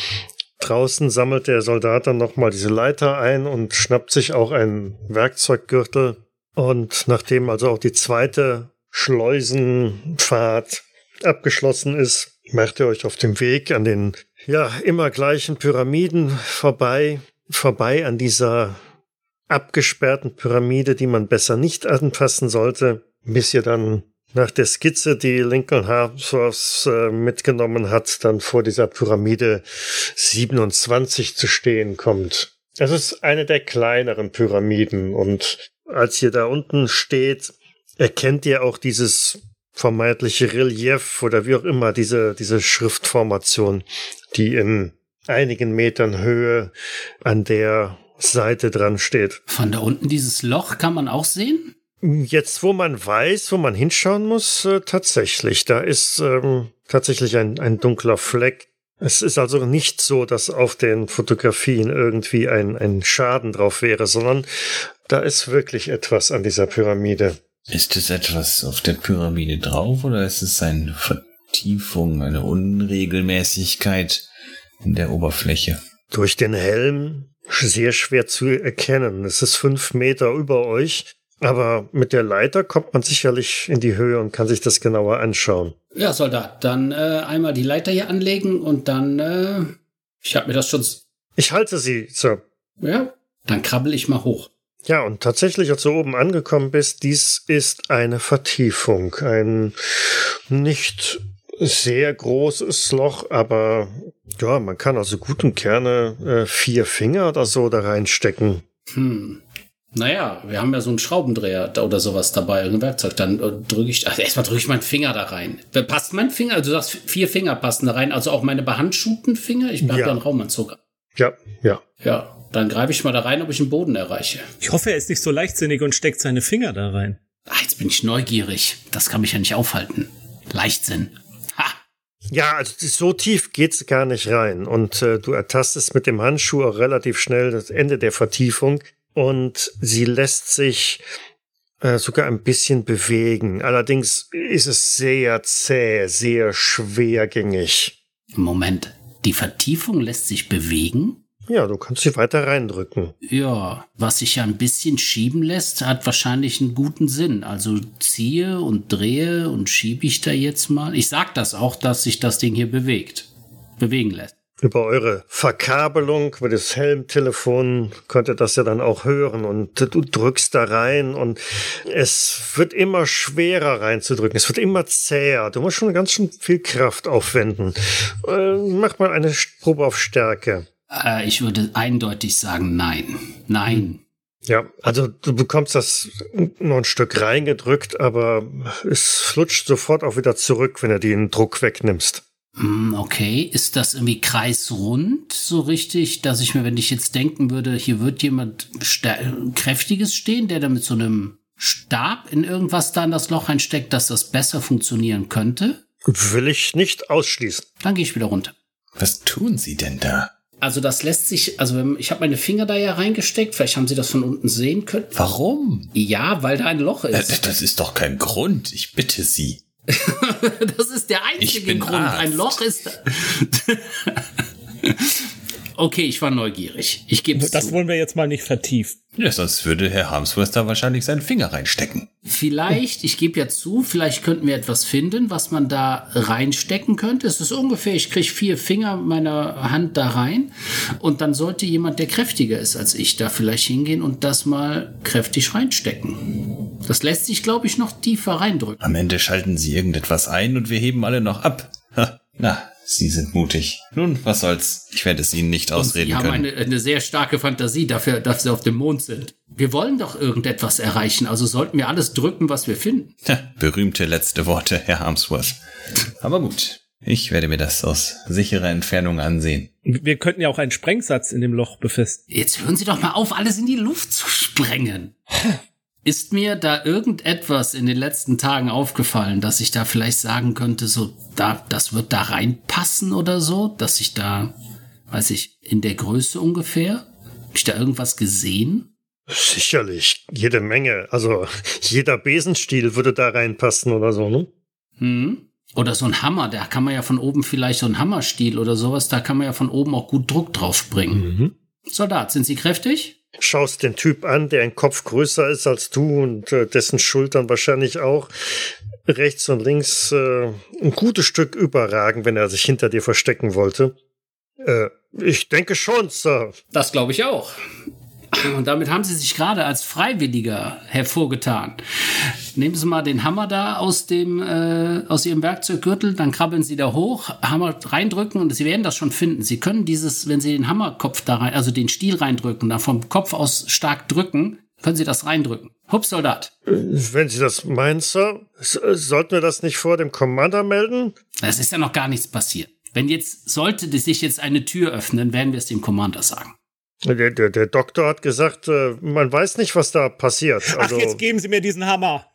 Draußen sammelt der Soldat dann nochmal diese Leiter ein und schnappt sich auch einen Werkzeuggürtel. Und nachdem also auch die zweite Schleusenfahrt abgeschlossen ist, macht ihr euch auf dem Weg an den ja immer gleichen Pyramiden vorbei, vorbei an dieser abgesperrten Pyramide, die man besser nicht anfassen sollte, bis ihr dann nach der Skizze, die Lincoln Harmsworth äh, mitgenommen hat, dann vor dieser Pyramide siebenundzwanzig zu stehen kommt. Es ist eine der kleineren Pyramiden und als ihr da unten steht, erkennt ihr auch dieses vermeintliche Relief oder wie auch immer, diese, diese Schriftformation, die in einigen Metern Höhe an der Seite dran steht. Von da unten dieses Loch kann man auch sehen? Jetzt, wo man weiß, wo man hinschauen muss, äh, tatsächlich. Da ist ähm, tatsächlich ein, ein dunkler Fleck. Es ist also nicht so, dass auf den Fotografien irgendwie ein, ein Schaden drauf wäre, sondern da ist wirklich etwas an dieser Pyramide. Ist es etwas auf der Pyramide drauf oder ist es eine Vertiefung, eine Unregelmäßigkeit in der Oberfläche? Durch den Helm sehr schwer zu erkennen. Es ist fünf Meter über euch. Aber mit der Leiter kommt man sicherlich in die Höhe und kann sich das genauer anschauen. Ja, Soldat, dann äh, einmal die Leiter hier anlegen und dann, äh, ich hab mir das schon... Ich halte sie, Sir. Ja, dann krabbel ich mal hoch. Ja, und tatsächlich, als du oben angekommen bist, dies ist eine Vertiefung. Ein nicht sehr großes Loch, aber ja, man kann also gut und gerne äh, vier Finger oder so da reinstecken. Hm. Naja, wir haben ja so einen Schraubendreher oder sowas dabei, ein Werkzeug. Dann äh, drücke ich, also erstmal drücke ich meinen Finger da rein. Passt mein Finger? Also du sagst, vier Finger passen da rein, also auch meine behandschuhten Finger? Ich habe ja einen Raumanzug. Ja, ja. Ja, dann greife ich mal da rein, ob ich den Boden erreiche. Ich hoffe, er ist nicht so leichtsinnig und steckt seine Finger da rein. Ach, jetzt bin ich neugierig. Das kann mich ja nicht aufhalten. Leichtsinn. Ha! Ja, also so tief geht's gar nicht rein. Und äh, du ertastest mit dem Handschuh auch relativ schnell das Ende der Vertiefung. Und sie lässt sich äh, sogar ein bisschen bewegen. Allerdings ist es sehr zäh, sehr schwergängig. Moment, die Vertiefung lässt sich bewegen? Ja, du kannst sie weiter reindrücken. Ja, was sich ja ein bisschen schieben lässt, hat wahrscheinlich einen guten Sinn. Also ziehe und drehe und schiebe ich da jetzt mal. Ich sag das auch, dass sich das Ding hier bewegt. Bewegen lässt. Über eure Verkabelung, über das Helmtelefon könnt ihr das ja dann auch hören. Und du drückst da rein und es wird immer schwerer reinzudrücken. Es wird immer zäher. Du musst schon ganz schön viel Kraft aufwenden. Äh, mach mal eine Probe auf Stärke. Äh, ich würde eindeutig sagen, nein. Nein. Ja, also du bekommst das nur ein Stück reingedrückt, aber es flutscht sofort auch wieder zurück, wenn du den Druck wegnimmst. Okay, ist das irgendwie kreisrund so richtig, dass ich mir, wenn ich jetzt denken würde, hier wird jemand Kräftiges stehen, der da mit so einem Stab in irgendwas da in das Loch reinsteckt, dass das besser funktionieren könnte? Will ich nicht ausschließen. Dann gehe ich wieder runter. Was tun Sie denn da? Also das lässt sich, also ich habe meine Finger da ja reingesteckt, vielleicht haben Sie das von unten sehen können. Warum? Ja, weil da ein Loch ist. Das, das ist doch kein Grund, ich bitte Sie. Das ist der einzige Grund. Arzt. Ein Loch ist. Okay, ich war neugierig. Ich gebe es Das zu. wollen wir jetzt mal nicht vertiefen. Ja, sonst würde Herr Harmsworth da wahrscheinlich seinen Finger reinstecken. Vielleicht, ich gebe ja zu, vielleicht könnten wir etwas finden, was man da reinstecken könnte. Es ist ungefähr, ich kriege vier Finger meiner Hand da rein und dann sollte jemand, der kräftiger ist als ich, da vielleicht hingehen und das mal kräftig reinstecken. Das lässt sich, glaube ich, noch tiefer reindrücken. Am Ende schalten Sie irgendetwas ein und wir heben alle noch ab. Ha, na, Sie sind mutig. Nun, was soll's? Ich werde es Ihnen nicht ausreden Sie haben können. eine, eine sehr starke Fantasie dafür, dass Sie auf dem Mond sind. Wir wollen doch irgendetwas erreichen, also sollten wir alles drücken, was wir finden. Ha, berühmte letzte Worte, Herr Harmsworth. Aber gut, ich werde mir das aus sicherer Entfernung ansehen. Wir könnten ja auch einen Sprengsatz in dem Loch befestigen. Jetzt hören Sie doch mal auf, alles in die Luft zu sprengen. Ist mir da irgendetwas in den letzten Tagen aufgefallen, dass ich da vielleicht sagen könnte, so, da, das wird da reinpassen oder so, dass ich da, weiß ich, in der Größe ungefähr? Hab ich da irgendwas gesehen? Sicherlich, jede Menge. Also jeder Besenstiel würde da reinpassen oder so, ne? Hm? Oder so ein Hammer, da kann man ja von oben vielleicht so ein Hammerstiel oder sowas, da kann man ja von oben auch gut Druck drauf bringen. Mhm. Soldat, sind Sie kräftig? Schaust den Typ an, der ein Kopf größer ist als du und äh, dessen Schultern wahrscheinlich auch rechts und links äh, ein gutes Stück überragen, wenn er sich hinter dir verstecken wollte. Äh, ich denke schon, Sir. Das glaube ich auch. Und damit haben Sie sich gerade als Freiwilliger hervorgetan. Nehmen Sie mal den Hammer da aus dem äh, aus Ihrem Werkzeuggürtel, dann krabbeln Sie da hoch, Hammer reindrücken und Sie werden das schon finden. Sie können dieses, wenn Sie den Hammerkopf da rein, also den Stiel reindrücken, dann vom Kopf aus stark drücken, können Sie das reindrücken. Hups, Soldat. Wenn Sie das meinen, Sir, sollten wir das nicht vor dem Commander melden? Es ist ja noch gar nichts passiert. Wenn jetzt, sollte sich jetzt eine Tür öffnen, werden wir es dem Commander sagen. Der, der, der Doktor hat gesagt, äh, man weiß nicht, was da passiert. Also, Ach, jetzt geben Sie mir diesen Hammer.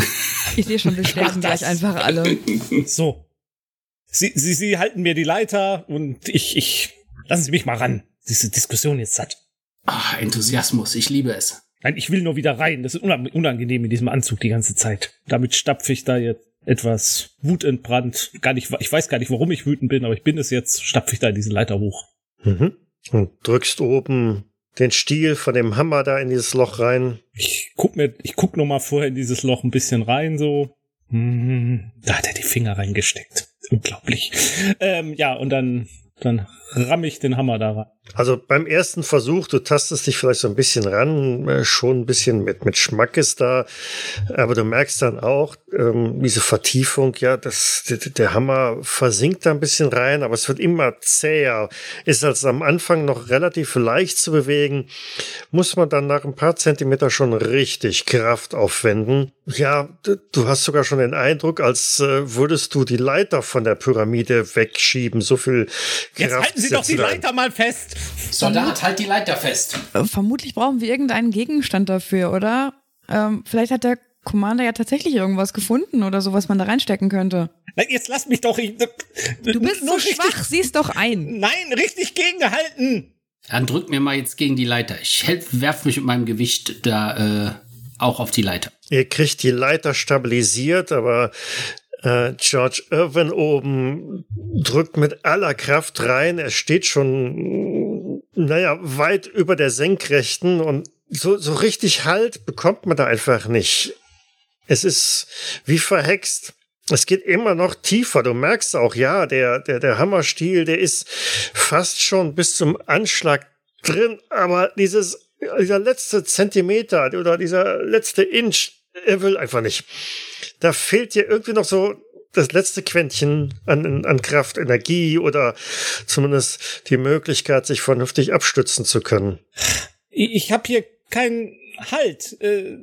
Ich sehe schon, wir sterben gleich einfach alle. So. Sie, Sie, Sie halten mir die Leiter und ich, ich, lassen Sie mich mal ran. Diese Diskussion jetzt satt. Ah, Enthusiasmus, ich liebe es. Nein, ich will nur wieder rein. Das ist unangenehm in diesem Anzug die ganze Zeit. Damit stapfe ich da jetzt etwas wutentbrannt. Gar nicht, ich weiß gar nicht, warum ich wütend bin, aber ich bin es jetzt, stapfe ich da diese Leiter hoch. Mhm. Und drückst oben den Stiel von dem Hammer da in dieses Loch rein. Ich guck mir, ich guck noch mal vorher in dieses Loch ein bisschen rein, so. Hm, da hat er die Finger reingesteckt. Unglaublich. Ähm, ja, und dann, dann ramm ich den Hammer da rein. Also beim ersten Versuch, du tastest dich vielleicht so ein bisschen ran, äh, schon ein bisschen mit, mit Schmackes da, aber du merkst dann auch, ähm, diese Vertiefung, ja, das, der, der Hammer versinkt da ein bisschen rein, aber es wird immer zäher. Ist also am Anfang noch relativ leicht zu bewegen, muss man dann nach ein paar Zentimeter schon richtig Kraft aufwenden. Ja, du hast sogar schon den Eindruck, als äh, würdest du die Leiter von der Pyramide wegschieben. So viel Kraft. Jetzt halten Sie doch die Leiter mal fest. Soldat, halt die Leiter fest. Vermutlich brauchen wir irgendeinen Gegenstand dafür, oder? Ähm, vielleicht hat der Commander ja tatsächlich irgendwas gefunden oder so, was man da reinstecken könnte. Nein, jetzt lass mich doch. Ich, du bist so richtig, schwach, sieh's doch ein. Nein, richtig gegengehalten. Dann drück mir mal jetzt gegen die Leiter. Ich werf mich mit meinem Gewicht da äh, auch auf die Leiter. Ihr kriegt die Leiter stabilisiert, aber äh, George Irwin oben drückt mit aller Kraft rein. Er steht schon, naja, weit über der Senkrechten und so, so richtig Halt bekommt man da einfach nicht. Es ist wie verhext. Es geht immer noch tiefer. Du merkst auch, ja, der, der, der Hammerstiel, der ist fast schon bis zum Anschlag drin, aber dieses, dieser letzte Zentimeter oder dieser letzte Inch, er will einfach nicht. Da fehlt dir irgendwie noch so das letzte Quäntchen an, an Kraft, Energie oder zumindest die Möglichkeit, sich vernünftig abstützen zu können. Ich habe hier keinen Halt.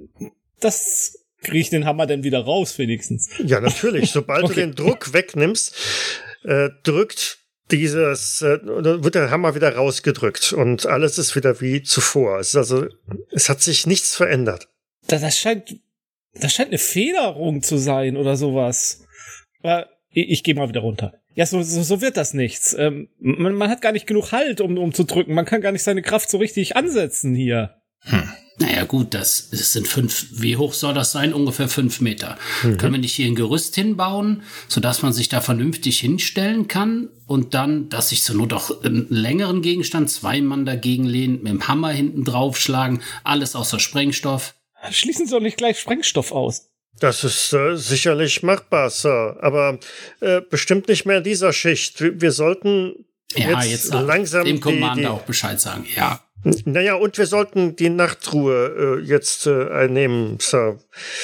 Das kriege ich den Hammer denn wieder raus, wenigstens. Ja, natürlich. Sobald okay. du den Druck wegnimmst, äh, drückt dieses, äh, wird der Hammer wieder rausgedrückt und alles ist wieder wie zuvor. Es ist also, es hat sich nichts verändert. Das, das scheint, das scheint eine Federung zu sein oder sowas. Aber ich, ich gehe mal wieder runter. Ja, so, so, so wird das nichts. Ähm, man, man hat gar nicht genug Halt, um, um zu drücken. Man kann gar nicht seine Kraft so richtig ansetzen hier. Hm. Naja gut, das, das sind fünf, wie hoch soll das sein? Ungefähr fünf Meter. Mhm. Können wir nicht hier ein Gerüst hinbauen, sodass man sich da vernünftig hinstellen kann und dann, dass sich zur Not auch einen längeren Gegenstand, zwei Mann dagegen lehnen, mit dem Hammer hinten draufschlagen, alles außer Sprengstoff. Schließen Sie doch nicht gleich Sprengstoff aus. Das ist äh, sicherlich machbar, Sir, aber äh, bestimmt nicht mehr in dieser Schicht. Wir, wir sollten ja, jetzt, jetzt langsam dem Commander die, die auch Bescheid sagen, ja. Naja, und wir sollten die Nachtruhe äh, jetzt äh, einnehmen, Sir.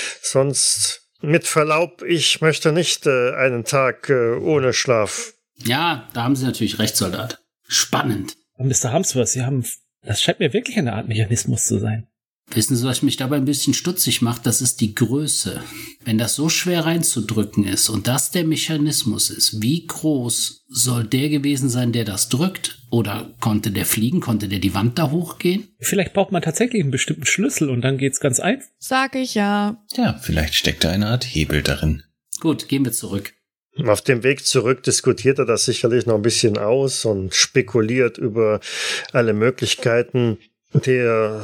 Sonst, mit Verlaub, ich möchte nicht äh, einen Tag äh, ohne Schlaf. Ja, da haben Sie natürlich recht, Soldat. Spannend. Mister Harmsworth, Sie haben, das scheint mir wirklich eine Art Mechanismus zu sein. Wissen Sie, was mich dabei ein bisschen stutzig macht? Das ist die Größe. Wenn das so schwer reinzudrücken ist und das der Mechanismus ist, wie groß soll der gewesen sein, der das drückt? Oder konnte der fliegen? Konnte der die Wand da hochgehen? Vielleicht braucht man tatsächlich einen bestimmten Schlüssel und dann geht's ganz einfach. Sag ich ja. Ja, vielleicht steckt da eine Art Hebel darin. Gut, gehen wir zurück. Auf dem Weg zurück diskutiert er das sicherlich noch ein bisschen aus und spekuliert über alle Möglichkeiten. Der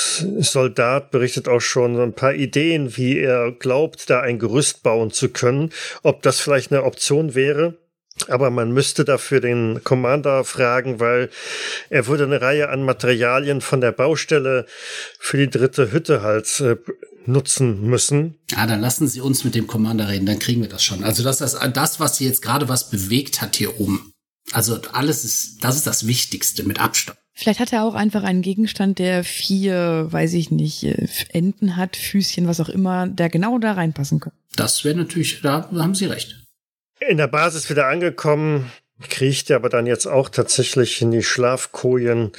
Soldat berichtet auch schon so ein paar Ideen, wie er glaubt, da ein Gerüst bauen zu können. Ob das vielleicht eine Option wäre. Aber man müsste dafür den Commander fragen, weil er würde eine Reihe an Materialien von der Baustelle für die dritte Hütte halt äh, nutzen müssen. Ah, dann lassen Sie uns mit dem Commander reden, dann kriegen wir das schon. Also das ist das, was Sie jetzt gerade was bewegt hat hier oben. Also alles ist, das ist das Wichtigste mit Abstand. Vielleicht hat er auch einfach einen Gegenstand, der vier, weiß ich nicht, Enden hat, Füßchen, was auch immer, der genau da reinpassen kann. Das wäre natürlich, da haben Sie recht. In der Basis wieder angekommen, kriecht er aber dann jetzt auch tatsächlich in die Schlafkojen,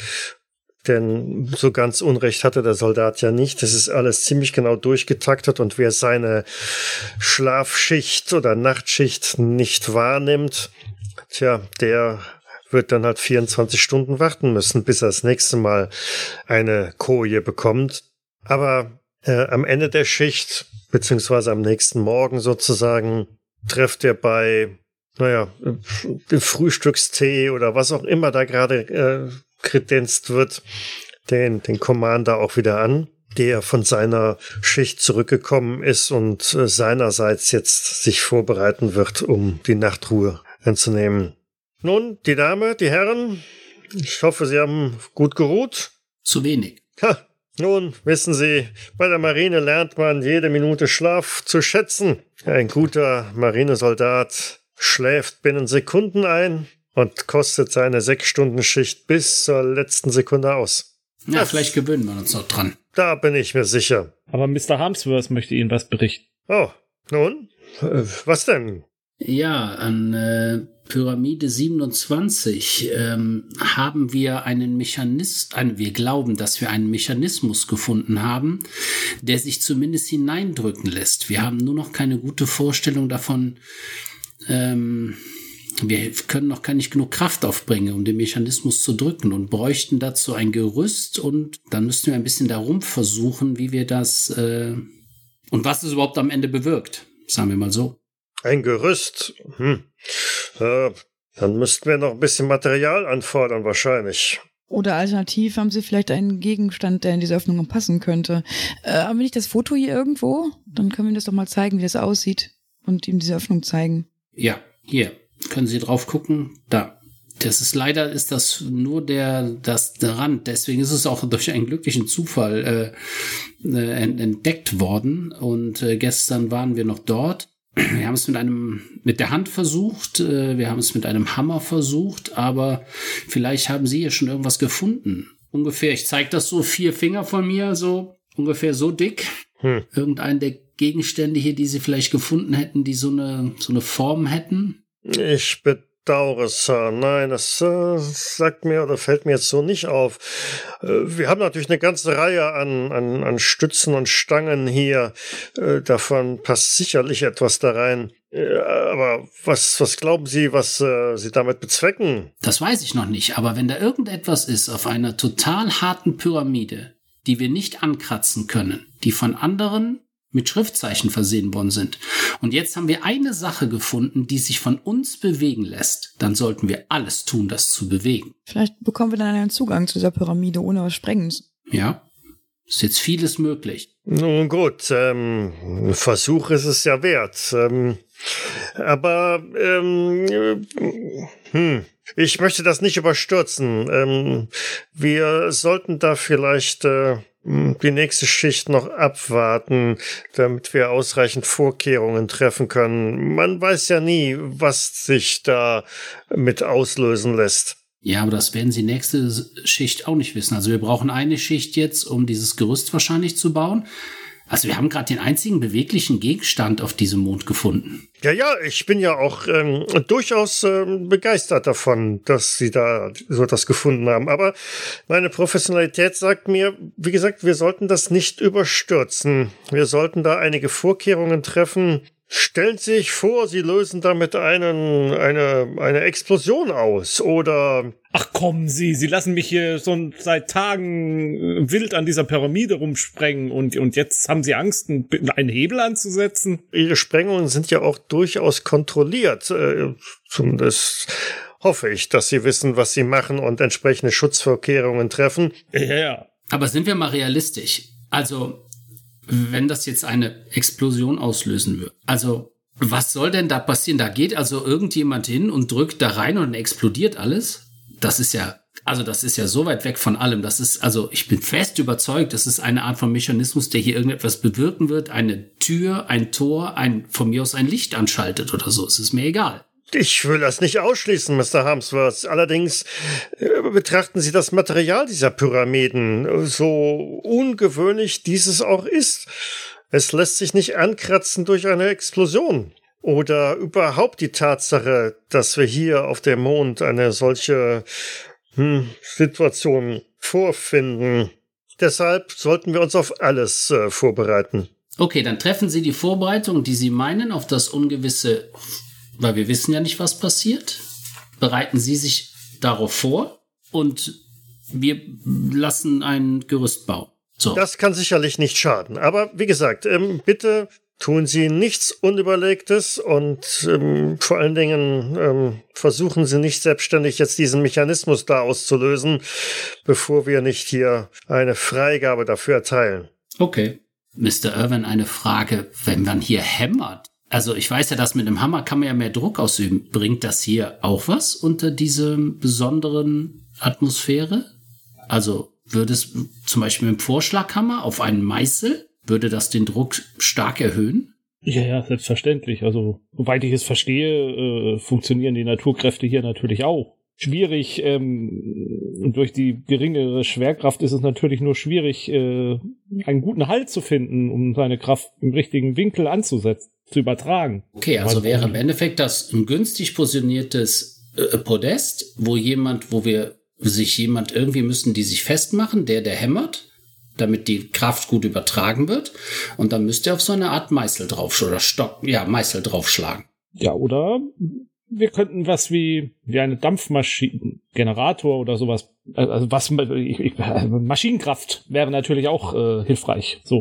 denn so ganz Unrecht hatte der Soldat ja nicht. Das ist alles ziemlich genau durchgetaktet und wer seine Schlafschicht oder Nachtschicht nicht wahrnimmt, tja, der wird dann halt vierundzwanzig Stunden warten müssen, bis er das nächste Mal eine Koje bekommt. Aber äh, am Ende der Schicht, beziehungsweise am nächsten Morgen sozusagen, trefft er bei, naja, dem Frühstückstee oder was auch immer da gerade äh, kredenzt wird, den, den Commander auch wieder an, der von seiner Schicht zurückgekommen ist und äh, seinerseits jetzt sich vorbereiten wird, um die Nachtruhe einzunehmen. Nun, die Dame, die Herren, ich hoffe, Sie haben gut geruht. Zu wenig. Ha, nun, wissen Sie, bei der Marine lernt man jede Minute Schlaf zu schätzen. Ein guter Marinesoldat schläft binnen Sekunden ein und kostet seine Sechs-Stunden-Schicht bis zur letzten Sekunde aus. Ja, das, vielleicht gewöhnen wir uns noch dran. Da bin ich mir sicher. Aber Mister Harmsworth möchte Ihnen was berichten. Oh, nun, äh, was denn? Ja, an äh, Pyramide siebenundzwanzig ähm, haben wir einen Mechanismus, einen, wir glauben, dass wir einen Mechanismus gefunden haben, der sich zumindest hineindrücken lässt. Wir haben nur noch keine gute Vorstellung davon, ähm, wir können noch gar nicht genug Kraft aufbringen, um den Mechanismus zu drücken und bräuchten dazu ein Gerüst und dann müssten wir ein bisschen darum versuchen, wie wir das äh, Und was es überhaupt am Ende bewirkt, sagen wir mal so. Ein Gerüst? Hm. Äh, dann müssten wir noch ein bisschen Material anfordern, wahrscheinlich. Oder alternativ haben sie vielleicht einen Gegenstand, der in diese Öffnung passen könnte. Äh, haben wir nicht das Foto hier irgendwo? Dann können wir ihm das doch mal zeigen, wie das aussieht. Und ihm diese Öffnung zeigen. Ja, hier. Können Sie drauf gucken? Da. Das ist leider, ist das nur der, das, der Rand. Deswegen ist es auch durch einen glücklichen Zufall äh, äh, entdeckt worden. Und äh, gestern waren wir noch dort. Wir haben es mit einem, mit der Hand versucht, äh, wir haben es mit einem Hammer versucht, aber vielleicht haben Sie hier schon irgendwas gefunden. Ungefähr, ich zeige das so, vier Finger von mir, so ungefähr so dick. Hm. Irgendeinen der Gegenstände hier, die Sie vielleicht gefunden hätten, die so eine, so eine Form hätten? Ich bedauere, Sir. Nein, das äh, sagt mir oder fällt mir jetzt so nicht auf. Äh, wir haben natürlich eine ganze Reihe an, an, an Stützen und Stangen hier. Äh, davon passt sicherlich etwas da rein. Äh, aber was, was glauben Sie, was äh, Sie damit bezwecken? Das weiß ich noch nicht, aber wenn da irgendetwas ist auf einer total harten Pyramide, die wir nicht ankratzen können, die von anderen mit Schriftzeichen versehen worden sind. Und jetzt haben wir eine Sache gefunden, die sich von uns bewegen lässt. Dann sollten wir alles tun, das zu bewegen. Vielleicht bekommen wir dann einen Zugang zu dieser Pyramide ohne was Sprengens. Ja, ist jetzt vieles möglich. Nun gut, ähm, ein Versuch ist es ja wert. Ähm, aber, ähm, hm, ich möchte das nicht überstürzen. Ähm, wir sollten da vielleicht äh, die nächste Schicht noch abwarten, damit wir ausreichend Vorkehrungen treffen können. Man weiß ja nie, was sich da mit auslösen lässt. Ja, aber das werden Sie nächste Schicht auch nicht wissen. Also wir brauchen eine Schicht jetzt, um dieses Gerüst wahrscheinlich zu bauen. Also wir haben gerade den einzigen beweglichen Gegenstand auf diesem Mond gefunden. Ja, ja, ich bin ja auch ähm, durchaus ähm, begeistert davon, dass Sie da so etwas gefunden haben. Aber meine Professionalität sagt mir, wie gesagt, wir sollten das nicht überstürzen. Wir sollten da einige Vorkehrungen treffen. Stellen Sie sich vor, Sie lösen damit einen, eine, eine Explosion aus, oder... Ach kommen Sie, Sie lassen mich hier schon seit Tagen wild an dieser Pyramide rumsprengen und, und jetzt haben Sie Angst, einen Hebel anzusetzen? Ihre Sprengungen sind ja auch durchaus kontrolliert. Äh, zumindest hoffe ich, dass Sie wissen, was Sie machen und entsprechende Schutzvorkehrungen treffen. Ja, ja. Aber sind wir mal realistisch? Also... wenn das jetzt eine Explosion auslösen wird. Also, was soll denn da passieren? Da geht also irgendjemand hin und drückt da rein und dann explodiert alles? Das ist ja, also das ist ja so weit weg von allem. Das ist, also ich bin fest überzeugt, das ist eine Art von Mechanismus, der hier irgendetwas bewirken wird. Eine Tür, ein Tor, ein, von mir aus ein Licht anschaltet oder so. Es ist mir egal. Ich will das nicht ausschließen, Mister Harmsworth. Allerdings äh, betrachten Sie das Material dieser Pyramiden, so ungewöhnlich dieses auch ist. Es lässt sich nicht ankratzen durch eine Explosion. Oder überhaupt die Tatsache, dass wir hier auf dem Mond eine solche hm, Situation vorfinden. Deshalb sollten wir uns auf alles äh, vorbereiten. Okay, dann treffen Sie die Vorbereitung, die Sie meinen, auf das Ungewisse. Weil wir wissen ja nicht, was passiert. Bereiten Sie sich darauf vor und wir lassen ein Gerüst bauen. So. Das kann sicherlich nicht schaden. Aber wie gesagt, ähm, bitte tun Sie nichts Unüberlegtes und ähm, vor allen Dingen ähm, versuchen Sie nicht selbstständig jetzt diesen Mechanismus da auszulösen, bevor wir nicht hier eine Freigabe dafür erteilen. Okay. Mister Irwin, eine Frage. Wenn man hier hämmert, also ich weiß ja, dass mit einem Hammer kann man ja mehr Druck ausüben. Bringt das hier auch was unter diese besonderen Atmosphäre? Also würde es zum Beispiel mit dem Vorschlaghammer auf einen Meißel, würde das den Druck stark erhöhen? Ja, ja, selbstverständlich. Also soweit ich es verstehe, äh, funktionieren die Naturkräfte hier natürlich auch. Schwierig, ähm, durch die geringere Schwerkraft ist es natürlich nur schwierig, äh, einen guten Halt zu finden, um seine Kraft im richtigen Winkel anzusetzen. Zu übertragen. Okay, also wäre im Endeffekt das ein günstig positioniertes äh, Podest, wo jemand, wo wir sich jemand irgendwie müssen, die sich festmachen, der der hämmert, damit die Kraft gut übertragen wird, und dann müsst ihr auf so eine Art Meißel drauf oder Stock, ja Meißel draufschlagen. Ja, oder wir könnten was wie wie eine Dampfmaschine, Generator oder sowas, also was ich, ich, Maschinenkraft wäre natürlich auch äh, hilfreich. So wollte ich.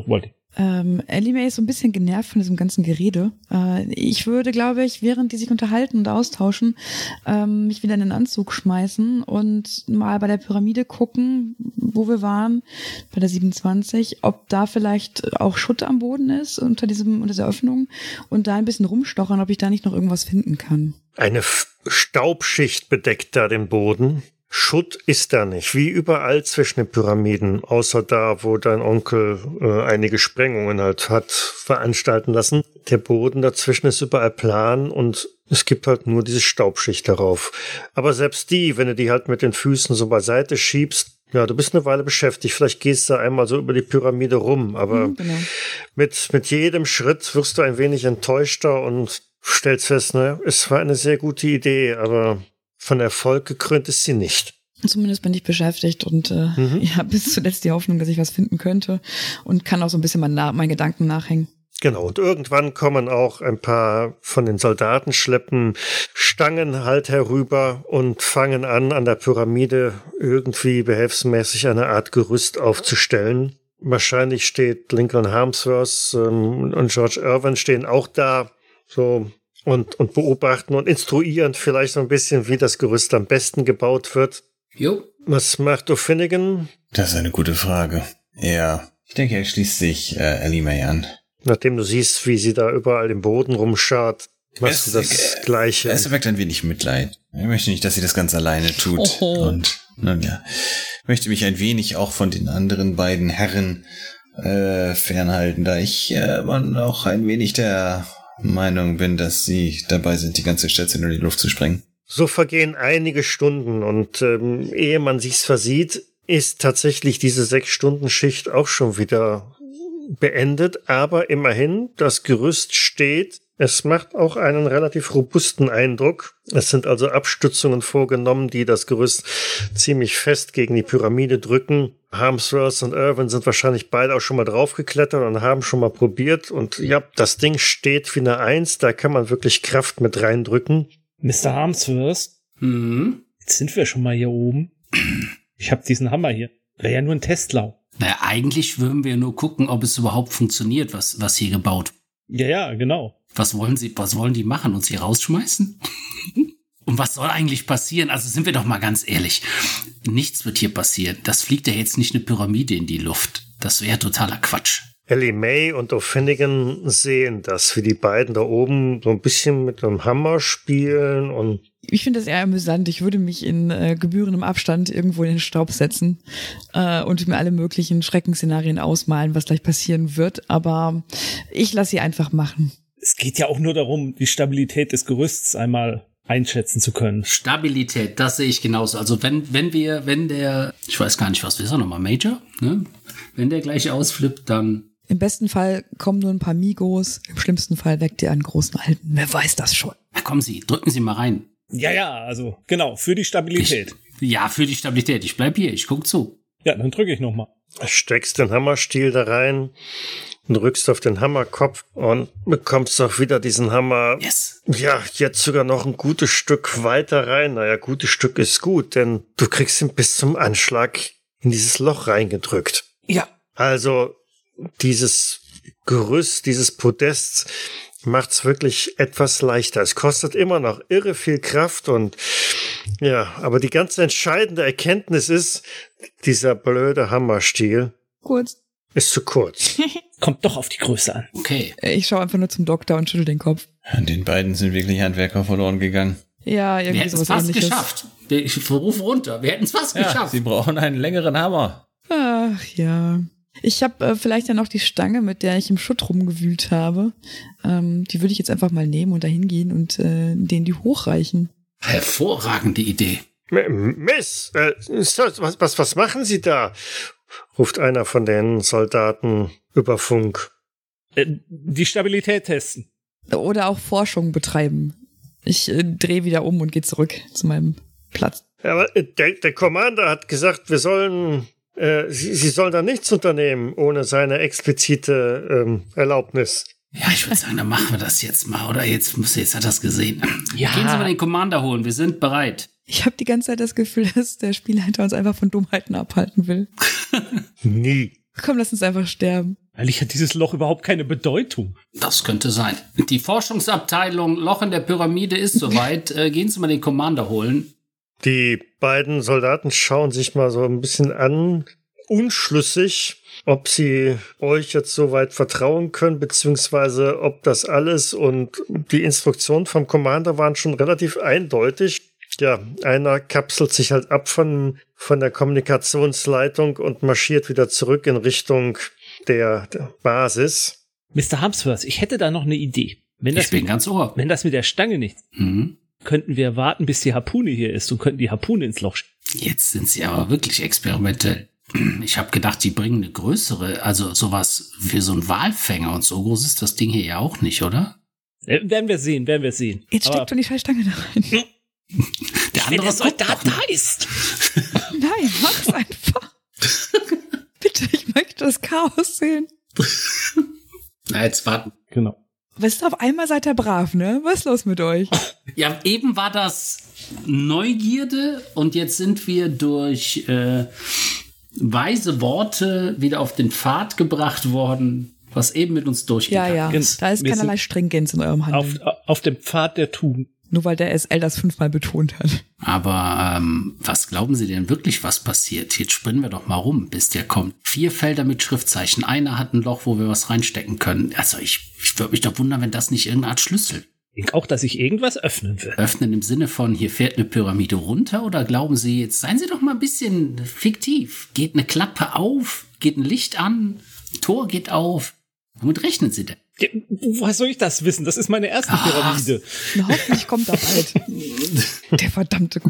Ähm, Ellie Mae ist so ein bisschen genervt von diesem ganzen Gerede. Äh, ich würde, glaube ich, während die sich unterhalten und austauschen, ähm, mich wieder in den Anzug schmeißen und mal bei der Pyramide gucken, wo wir waren, bei der siebenundzwanzig, ob da vielleicht auch Schutt am Boden ist unter diesem, unter dieser Öffnung und da ein bisschen rumstochern, ob ich da nicht noch irgendwas finden kann. Eine F- Staubschicht bedeckt da den Boden. Schutt ist da nicht, wie überall zwischen den Pyramiden, außer da, wo dein Onkel äh, einige Sprengungen halt hat veranstalten lassen. Der Boden dazwischen ist überall plan und es gibt halt nur diese Staubschicht darauf. Aber selbst die, wenn du die halt mit den Füßen so beiseite schiebst, ja, du bist eine Weile beschäftigt. Vielleicht gehst du einmal so über die Pyramide rum, aber Mhm, genau. mit, mit jedem Schritt wirst du ein wenig enttäuschter und stellst fest, ne, es war eine sehr gute Idee, aber von Erfolg gekrönt ist sie nicht. Zumindest bin ich beschäftigt und äh, Mhm. ich habe bis zuletzt die Hoffnung, dass ich was finden könnte und kann auch so ein bisschen mein, Na- meinen Gedanken nachhängen. Genau, und irgendwann kommen auch ein paar von den Soldaten, schleppen Stangen halt herüber und fangen an, an der Pyramide irgendwie behelfsmäßig eine Art Gerüst aufzustellen. Wahrscheinlich steht Lincoln Harmsworth ähm, und George Irwin stehen auch da, so und, und beobachten und instruieren vielleicht so ein bisschen, wie das Gerüst am besten gebaut wird. Jo. Was macht O'Finnigan? Das ist eine gute Frage. Ja, ich denke, er schließt sich äh, Ellie Mae an. Nachdem du siehst, wie sie da überall im Boden rumschart, machst du das äh, Gleiche. Es weckt ein wenig Mitleid. Ich möchte nicht, dass sie das ganz alleine tut. Oho. Und, nun ja, ich möchte mich ein wenig auch von den anderen beiden Herren äh, fernhalten, da ich äh, man auch ein wenig der Meinung bin, dass sie dabei sind, die ganze Stadt in die Luft zu sprengen. So vergehen einige Stunden und ähm, ehe man sich's versieht, ist tatsächlich diese Sechs-Stunden-Schicht auch schon wieder beendet. Aber immerhin, das Gerüst steht. Es macht auch einen relativ robusten Eindruck. Es sind also Abstützungen vorgenommen, die das Gerüst ziemlich fest gegen die Pyramide drücken. Harmsworth und Irwin sind wahrscheinlich beide auch schon mal draufgeklettert und haben schon mal probiert. Und ja, das Ding steht wie eine Eins, da kann man wirklich Kraft mit reindrücken. Mister Harmsworth, Mhm. jetzt sind wir schon mal hier oben. Ich habe diesen Hammer hier. Wäre ja nur ein Testlauf. Naja, eigentlich würden wir nur gucken, ob es überhaupt funktioniert, was, was hier gebaut. Ja, ja, genau. Was wollen sie, was wollen die machen? Uns hier rausschmeißen? Und was soll eigentlich passieren? Also sind wir doch mal ganz ehrlich. Nichts wird hier passieren. Das fliegt ja jetzt nicht eine Pyramide in die Luft. Das wäre totaler Quatsch. Ellie Mae und O'Finnigan sehen das, wie die beiden da oben so ein bisschen mit einem Hammer spielen und Ich finde das eher amüsant. Ich würde mich in äh, gebührendem Abstand irgendwo in den Staub setzen äh, und mir alle möglichen Schreckensszenarien ausmalen, was gleich passieren wird. Aber ich lasse sie einfach machen. Es geht ja auch nur darum, die Stabilität des Gerüsts einmal einschätzen zu können. Stabilität, das sehe ich genauso. Also wenn, wenn wir, wenn der, ich weiß gar nicht, was ist er nochmal, Major? Ne? Wenn der gleich ausflippt, dann Im besten Fall kommen nur ein paar Migos. Im schlimmsten Fall weckt ihr einen großen Alten. Wer weiß das schon? na, kommen Sie, drücken Sie mal rein. Ja, ja, also genau, für die Stabilität. Ich, ja, für die Stabilität. Ich bleib hier, ich guck zu. Ja, dann drücke ich nochmal. steckst den Hammerstiel da rein und drückst auf den Hammerkopf und bekommst auch wieder diesen Hammer. Yes. Ja, jetzt sogar noch ein gutes Stück weiter rein. Naja, gutes Stück ist gut, denn du kriegst ihn bis zum Anschlag in dieses Loch reingedrückt. Ja. Also dieses Gerüst, dieses Podest macht's wirklich etwas leichter. Es kostet immer noch irre viel Kraft und ja, aber die ganz entscheidende Erkenntnis ist, dieser blöde Hammerstiel Kurz. ist zu kurz. Kommt doch auf die Größe an. Okay. Ich schaue einfach nur zum Doktor und schüttel den Kopf. An den beiden sind wirklich Handwerker verloren gegangen. Ja, Wir irgendwie hätten es sowas fast ähnliches. geschafft. Ich rufe runter. Wir hätten es fast Ja, geschafft. sie brauchen einen längeren Hammer. Ach ja. Ich habe äh, vielleicht ja noch die Stange, mit der ich im Schutt rumgewühlt habe. Ähm, die würde ich jetzt einfach mal nehmen und da hingehen und äh, denen die hochreichen. Hervorragende Idee. M- Miss, äh, so, was, was, was machen Sie da? Ruft einer von den Soldaten über Funk. Äh, die Stabilität testen. Oder auch Forschung betreiben. Ich äh, drehe wieder um und gehe zurück zu meinem Platz. Aber äh, der, der Commander hat gesagt, wir sollen, äh, Sie, Sie sollen da nichts unternehmen ohne seine explizite ähm, Erlaubnis. Ja, ich würde sagen, dann machen wir das jetzt mal, oder? Jetzt, muss- jetzt hat er es gesehen. Ja. Gehen Sie mal den Commander holen. Wir sind bereit. Ich habe die ganze Zeit das Gefühl, dass der Spielleiter uns einfach von Dummheiten abhalten will. Nie. Komm, lass uns einfach sterben. Eigentlich hat dieses Loch überhaupt keine Bedeutung. Das könnte sein. Die Forschungsabteilung Loch in der Pyramide ist soweit. Äh, gehen Sie mal den Commander holen. Die beiden Soldaten schauen sich mal so ein bisschen an, unschlüssig, ob sie euch jetzt soweit vertrauen können, beziehungsweise ob das alles und die Instruktionen vom Commander waren schon relativ eindeutig. Ja, einer kapselt sich halt ab von, von der Kommunikationsleitung und marschiert wieder zurück in Richtung der, der Basis. Mister Harmsworth, ich hätte da noch eine Idee. Wenn das Ich bin mit, ganz ohr. wenn das mit der Stange nicht, Mhm. könnten wir warten, bis die Harpune hier ist und könnten die Harpune ins Loch schieben. Jetzt sind Sie aber wirklich experimentell. Ich habe gedacht, die bringen eine größere, also sowas für so einen Walfänger und so groß ist das Ding hier ja auch nicht, oder? Äh, werden wir sehen, werden wir sehen. Jetzt Aber steckt doch die Scheißstange da rein. Der wenn andere der Soldat guckt doch da ist. Nein, mach's einfach. Bitte, ich möchte das Chaos sehen. Na, jetzt warten. Genau. Wisst ihr, auf einmal seid ihr brav, ne? Was ist los mit euch? Ja, eben war das Neugierde und jetzt sind wir durch äh, weise Worte wieder auf den Pfad gebracht worden, was eben mit uns Ja, durchgegangen ja. ist. Da ist Wir keinerlei Stringenz in eurem Auf, Handeln. auf dem Pfad der Tugend. Nur weil der S L das fünfmal betont hat. Aber ähm, was glauben Sie denn wirklich, was passiert? Jetzt spinnen wir doch mal rum, bis der kommt. Vier Felder mit Schriftzeichen. Einer hat ein Loch, wo wir was reinstecken können. Also ich, ich würde mich doch wundern, wenn das nicht irgendeine Art Schlüssel. Ich denke auch, dass sich irgendwas öffnen wird. Öffnen im Sinne von, hier fährt eine Pyramide runter? Oder glauben Sie jetzt, seien Sie doch mal ein bisschen fiktiv. Geht eine Klappe auf? Geht ein Licht an? Tor geht auf? Womit rechnen Sie denn? Ja, woher soll ich das wissen? Das ist meine erste Ach. Pyramide. Na, hoffentlich kommt er bald. Der verdammte...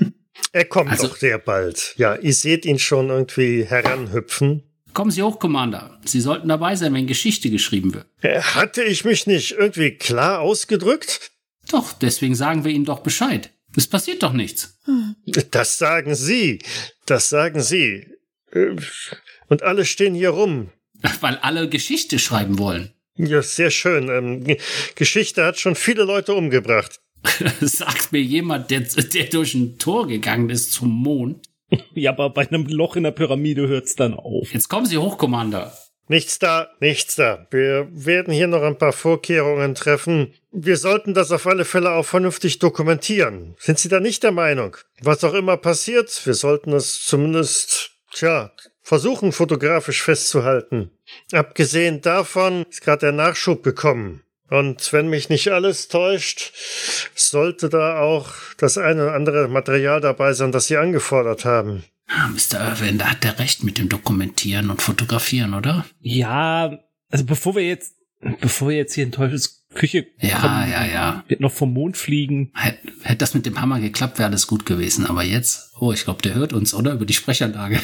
Er kommt Also- doch sehr bald. Ja, ihr seht ihn schon irgendwie heranhüpfen. Kommen Sie hoch, Commander. Sie sollten dabei sein, wenn Geschichte geschrieben wird. Äh, Hatte ich mich nicht irgendwie klar ausgedrückt? Doch, deswegen sagen wir Ihnen doch Bescheid. Es passiert doch nichts. Das sagen Sie. Das sagen Sie. Äh, Und alle stehen hier rum. Weil alle Geschichte schreiben wollen. Ja, sehr schön. Ähm, G- Geschichte hat schon viele Leute umgebracht. Sagt mir jemand, der, der durch ein Tor gegangen ist zum Mond. Ja, aber bei einem Loch in der Pyramide hört's dann auf. Jetzt kommen Sie hoch, Commander. Nichts da, nichts da. Wir werden hier noch ein paar Vorkehrungen treffen. Wir sollten das auf alle Fälle auch vernünftig dokumentieren. Sind Sie da nicht der Meinung? Was auch immer passiert, wir sollten es zumindest, tja, versuchen fotografisch festzuhalten. Abgesehen davon ist gerade der Nachschub gekommen. Und wenn mich nicht alles täuscht, sollte da auch das eine oder andere Material dabei sein, das Sie angefordert haben. Ah, Mister Irwin, da hat der recht mit dem Dokumentieren und Fotografieren, oder? Ja, also bevor wir jetzt, bevor wir jetzt hier in Teufels Küche Ja, kommen, ja, ja. wird noch vom Mond fliegen. Hätte hätt das mit dem Hammer geklappt, wäre alles gut gewesen. Aber jetzt, oh, ich glaube, der hört uns, oder? Über die Sprechanlage.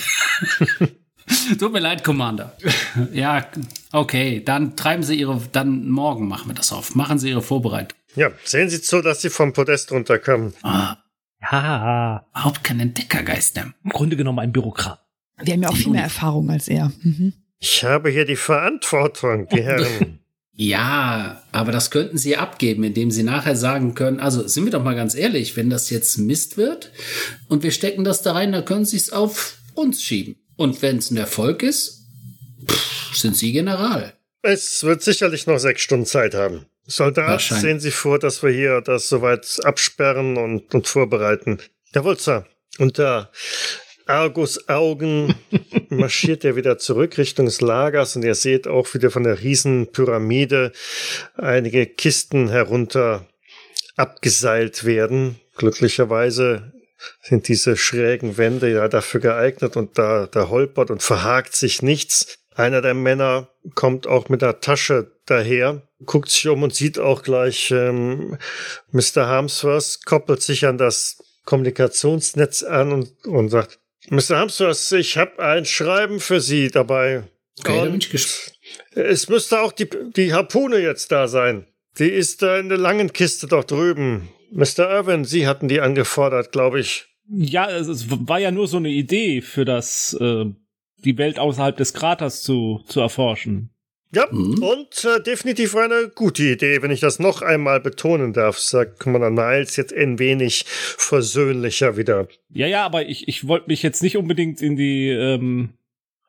Tut mir leid, Commander. Ja, okay, dann treiben Sie Ihre, dann morgen machen wir das auf. Machen Sie Ihre Vorbereitung. Ja, sehen Sie zu, dass Sie vom Podest runterkommen. Ah, Ja, überhaupt kein Entdeckergeist mehr. im Grunde genommen ein Bürokrat. Wir haben ja auch viel mehr Erfahrung als er. Mhm. Ich habe hier die Verantwortung, die Herren. Ja, aber das könnten Sie abgeben, indem Sie nachher sagen können, also sind wir doch mal ganz ehrlich, wenn das jetzt Mist wird und wir stecken das da rein, dann können Sie es auf uns schieben. Und wenn es ein Erfolg ist, pff, sind Sie General. Es wird sicherlich noch sechs Stunden Zeit haben. Soldat, Wahrscheinlich. sehen Sie vor, dass wir hier das soweit absperren und, und vorbereiten. Jawohl, Sir. Unter Argus Augen marschiert er wieder zurück Richtung des Lagers und ihr seht auch wieder von der Riesenpyramide einige Kisten herunter abgeseilt werden. Glücklicherweise sind diese schrägen Wände ja dafür geeignet und da, da holpert und verhakt sich nichts. Einer der Männer kommt auch mit der Tasche daher, guckt sich um und sieht auch gleich ähm, Mister Harmsworth, koppelt sich an das Kommunikationsnetz an und, und sagt, Mister Harmsworth, ich habe ein Schreiben für Sie dabei. Okay, da bin Und ich gespannt. es müsste auch die, die Harpune jetzt da sein. Die ist da in der langen Kiste dort drüben. Mister Irwin, Sie hatten die angefordert, glaube ich. Ja, es, es war ja nur so eine Idee für das, äh, die Welt außerhalb des Kraters zu, zu erforschen. Ja, Mhm. und äh, definitiv eine gute Idee, wenn ich das noch einmal betonen darf, sagt Commander Niles jetzt ein wenig versöhnlicher wieder. Ja, ja, aber ich, ich wollte mich jetzt nicht unbedingt in die ähm,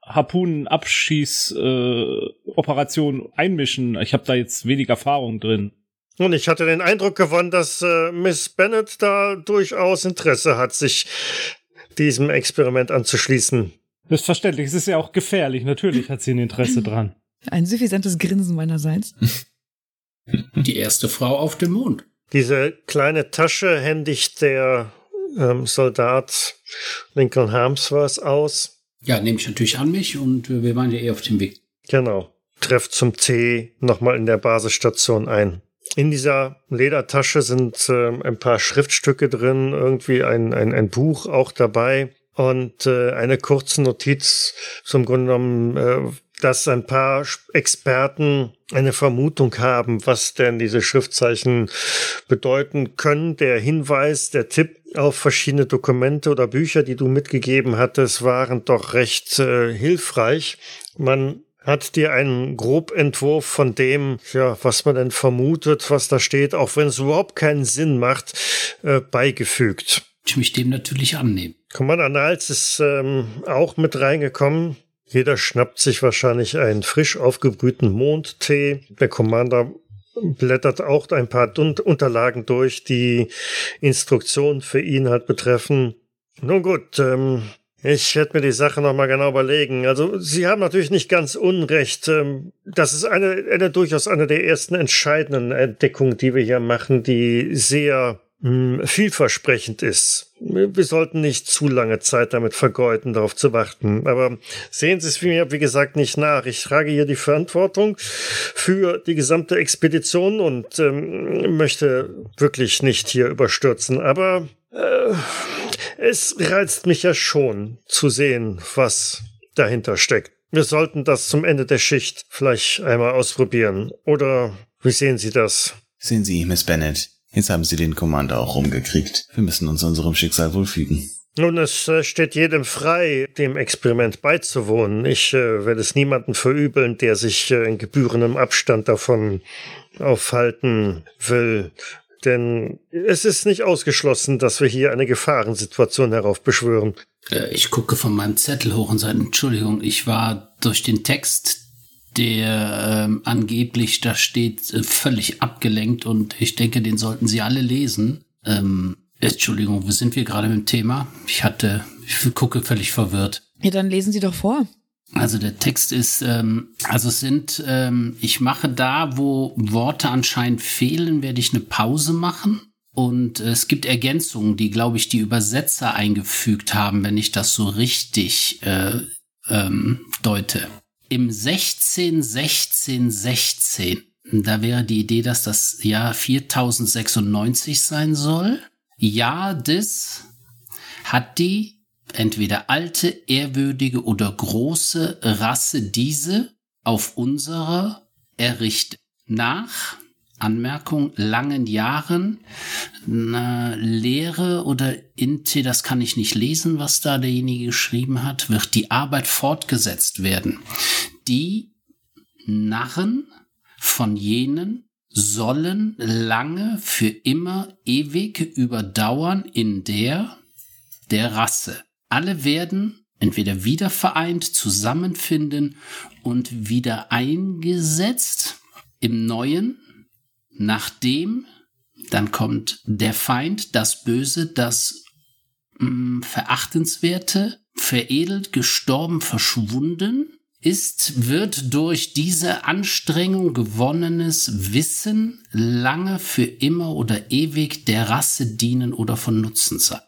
Harpunenabschieß-Operation äh, einmischen. Ich habe da jetzt wenig Erfahrung drin. Und ich hatte den Eindruck gewonnen, dass äh, Miss Bennet da durchaus Interesse hat, sich diesem Experiment anzuschließen. Selbstverständlich, es ist ja auch gefährlich. Natürlich hat sie ein Interesse dran. Ein suffisantes Grinsen meinerseits. Die erste Frau auf dem Mond. Diese kleine Tasche händigt der ähm, Soldat Lincoln Harms was aus. Ja, nehme ich natürlich an mich und äh, wir waren ja eh auf dem Weg. Genau. Trefft zum Tee nochmal in der Basisstation ein. In dieser Ledertasche sind äh, ein paar Schriftstücke drin, irgendwie ein, ein, ein Buch auch dabei und äh, eine kurze Notiz zum Grunde genommen, äh, dass ein paar Experten eine Vermutung haben, was denn diese Schriftzeichen bedeuten können. Der Hinweis, der Tipp auf verschiedene Dokumente oder Bücher, die du mitgegeben hattest, waren doch recht äh, hilfreich. Man hat dir einen Grobentwurf von dem, ja, was man denn vermutet, was da steht, auch wenn es überhaupt keinen Sinn macht, äh, beigefügt. Ich mich dem natürlich annehmen. Kommandant Niles ist ähm, auch mit reingekommen. Jeder schnappt sich wahrscheinlich einen frisch aufgebrühten Mondtee. Der Commander blättert auch ein paar Dun- Unterlagen durch, die Instruktionen für ihn halt betreffen. Nun gut, ähm, ich werde mir die Sache nochmal genau überlegen. Also, Sie haben natürlich nicht ganz unrecht. Ähm, das ist eine, eine durchaus eine der ersten entscheidenden Entdeckungen, die wir hier machen, die sehr mh, vielversprechend ist. Wir sollten nicht zu lange Zeit damit vergeuden, darauf zu warten. Aber sehen Sie es mir, wie gesagt, nicht nach. Ich trage hier die Verantwortung für die gesamte Expedition und ähm, möchte wirklich nicht hier überstürzen. Aber äh, es reizt mich ja schon zu sehen, was dahinter steckt. Wir sollten das zum Ende der Schicht vielleicht einmal ausprobieren. Oder wie sehen Sie das? Sehen Sie, Miss Bennet. Jetzt haben Sie den Commander auch rumgekriegt. Wir müssen uns unserem Schicksal wohl fügen. Nun, es äh, steht jedem frei, dem Experiment beizuwohnen. Ich äh, werde es niemandem verübeln, der sich äh, in gebührendem Abstand davon aufhalten will. Denn es ist nicht ausgeschlossen, dass wir hier eine Gefahrensituation heraufbeschwören. Äh, ich gucke von meinem Zettel hoch und sage, Entschuldigung, ich war durch den Text, der ähm, angeblich da steht, äh, völlig abgelenkt und ich denke, den sollten Sie alle lesen. Ähm, Entschuldigung, wo sind wir gerade mit dem Thema? Ich hatte, ich gucke völlig verwirrt. Ja, dann lesen Sie doch vor. Also der Text ist, ähm, also es sind, ähm, ich mache da, wo Worte anscheinend fehlen, werde ich eine Pause machen. Und äh, es gibt Ergänzungen, die, glaube ich, die Übersetzer eingefügt haben, wenn ich das so richtig äh, ähm, deute. Im sechzehn sechzehn sechzehn, da wäre die Idee, dass das Jahr viertausendsechsundneunzig sein soll. Ja, das hat die entweder alte, ehrwürdige oder große Rasse diese auf unserer errichtet. Nach, Anmerkung, langen Jahren, eine Lehre oder Inte, das kann ich nicht lesen, was da derjenige geschrieben hat, wird die Arbeit fortgesetzt werden. Die Narren von jenen sollen lange für immer ewig überdauern in der der Rasse. Alle werden entweder wieder vereint, zusammenfinden und wieder eingesetzt im Neuen, nachdem dann kommt der Feind, das Böse, das mh, Verachtenswerte, veredelt, gestorben, verschwunden ist, wird durch diese Anstrengung gewonnenes Wissen lange für immer oder ewig der Rasse dienen oder von Nutzen sein.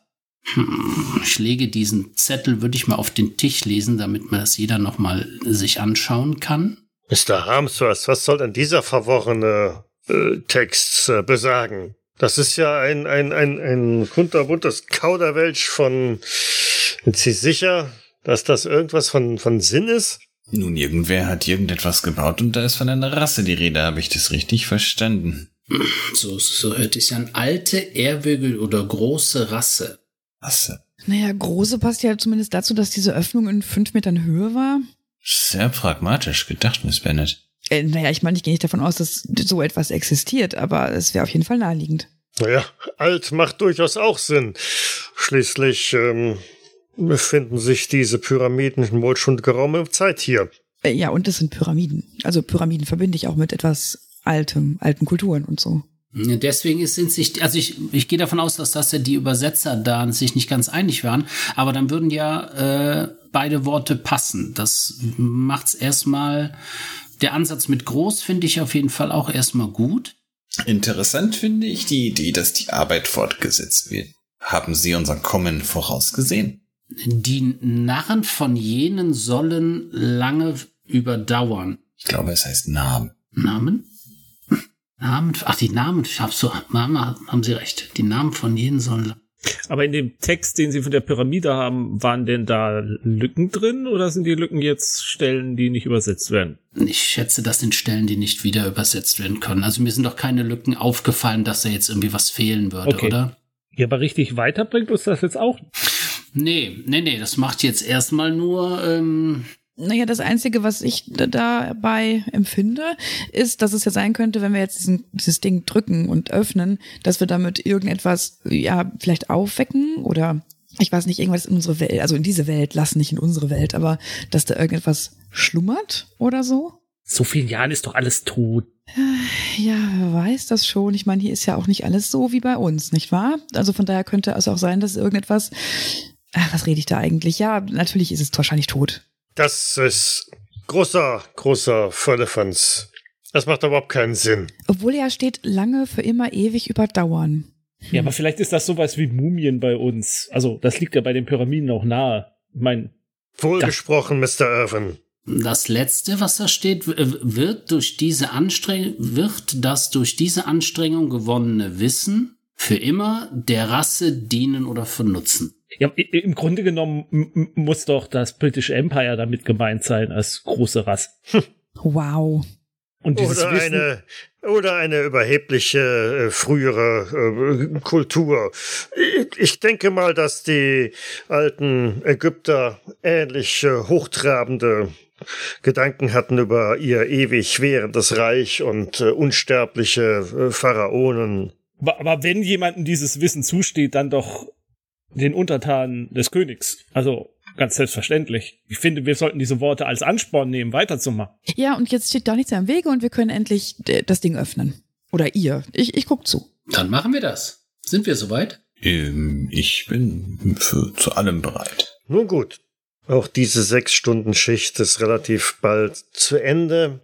Hm, ich lege diesen Zettel, würde ich mal auf den Tisch lesen, damit man das jeder nochmal sich anschauen kann. Mister Harmsworth, was soll denn dieser verworrene äh, Text äh, besagen? Das ist ja ein, ein, ein, ein kunterbuntes Kauderwelsch von... Sind Sie sicher, dass das irgendwas von, von Sinn ist? Nun, irgendwer hat irgendetwas gebaut und da ist von einer Rasse die Rede. Habe ich das richtig verstanden? So, so hört es ja an. Alte, ehrwürdige oder große Rasse. Rasse. Naja, große passt ja zumindest dazu, dass diese Öffnung in fünf Metern Höhe war. Sehr pragmatisch gedacht, Miss Bennet. Äh, naja, ich meine, ich gehe nicht davon aus, dass so etwas existiert, aber es wäre auf jeden Fall naheliegend. Naja, alt macht durchaus auch Sinn. Schließlich ähm, befinden sich diese Pyramiden wohl schon geraume Zeit hier. Ja, und das sind Pyramiden. Also Pyramiden verbinde ich auch mit etwas Altem, alten Kulturen und so. Deswegen ist, sind sich, also ich, ich gehe davon aus, dass das ja die Übersetzer da sich nicht ganz einig waren, aber dann würden ja äh, beide Worte passen. Das macht's erstmal, der Ansatz mit groß finde ich auf jeden Fall auch erstmal gut. Interessant finde ich die Idee, dass die Arbeit fortgesetzt wird. Haben Sie unser Kommen vorausgesehen? Die Narren von jenen sollen lange überdauern. Ich glaube, es heißt Namen. Namen? Namen? Ach, die Namen, ich hab so, Mama, haben Sie recht. Die Namen von jenen sollen. Aber in dem Text, den Sie von der Pyramide haben, waren denn da Lücken drin oder sind die Lücken jetzt Stellen, die nicht übersetzt werden? Ich schätze, das sind Stellen, die nicht wieder übersetzt werden können. Also mir sind doch keine Lücken aufgefallen, dass da jetzt irgendwie was fehlen würde, okay. Oder? Ja, aber richtig weiterbringt uns das jetzt auch? Nee, nee, nee, das macht jetzt erstmal nur, ähm, Naja, das Einzige, was ich dabei empfinde, ist, dass es ja sein könnte, wenn wir jetzt diesen, dieses Ding drücken und öffnen, dass wir damit irgendetwas, ja, vielleicht aufwecken oder, ich weiß nicht, irgendwas in unsere Welt, also in diese Welt lassen, nicht in unsere Welt, aber dass da irgendetwas schlummert oder so. So vielen Jahren ist doch alles tot. Ja, wer weiß das schon. Ich meine, hier ist ja auch nicht alles so wie bei uns, nicht wahr? Also von daher könnte es auch sein, dass irgendetwas, ach, was rede ich da eigentlich? Ja, natürlich ist es wahrscheinlich tot. Das ist großer, großer Firlefanz. Das macht überhaupt keinen Sinn. Obwohl ja steht, lange, für immer, ewig überdauern. Hm. Ja, aber vielleicht ist das sowas wie Mumien bei uns. Also, das liegt ja bei den Pyramiden auch nahe. Ich mein, Wohlgesprochen, Mister Irvin. Das Letzte, was da steht, wird durch diese Anstrengung, wird das durch diese Anstrengung gewonnene Wissen für immer der Rasse dienen oder vernutzen. Ja, im Grunde genommen m- muss doch das British Empire damit gemeint sein als große Rasse. Wow. Und dieses Oder Wissen, eine, oder eine überhebliche äh, frühere äh, Kultur. Ich denke mal, dass die alten Ägypter ähnlich äh, hochtrabende Gedanken hatten über ihr ewig währendes Reich und äh, unsterbliche äh, Pharaonen. aber, aber wenn jemandem dieses Wissen zusteht, dann doch den Untertanen des Königs. Also ganz selbstverständlich. Ich finde, wir sollten diese Worte als Ansporn nehmen, weiterzumachen. Ja, und jetzt steht da nichts mehr im Wege und wir können endlich d- das Ding öffnen. Oder ihr. Ich, ich guck zu. Dann machen wir das. Sind wir soweit? Ähm, ich bin für, zu allem bereit. Nun gut. Auch diese sechs Stunden Schicht ist relativ bald zu Ende.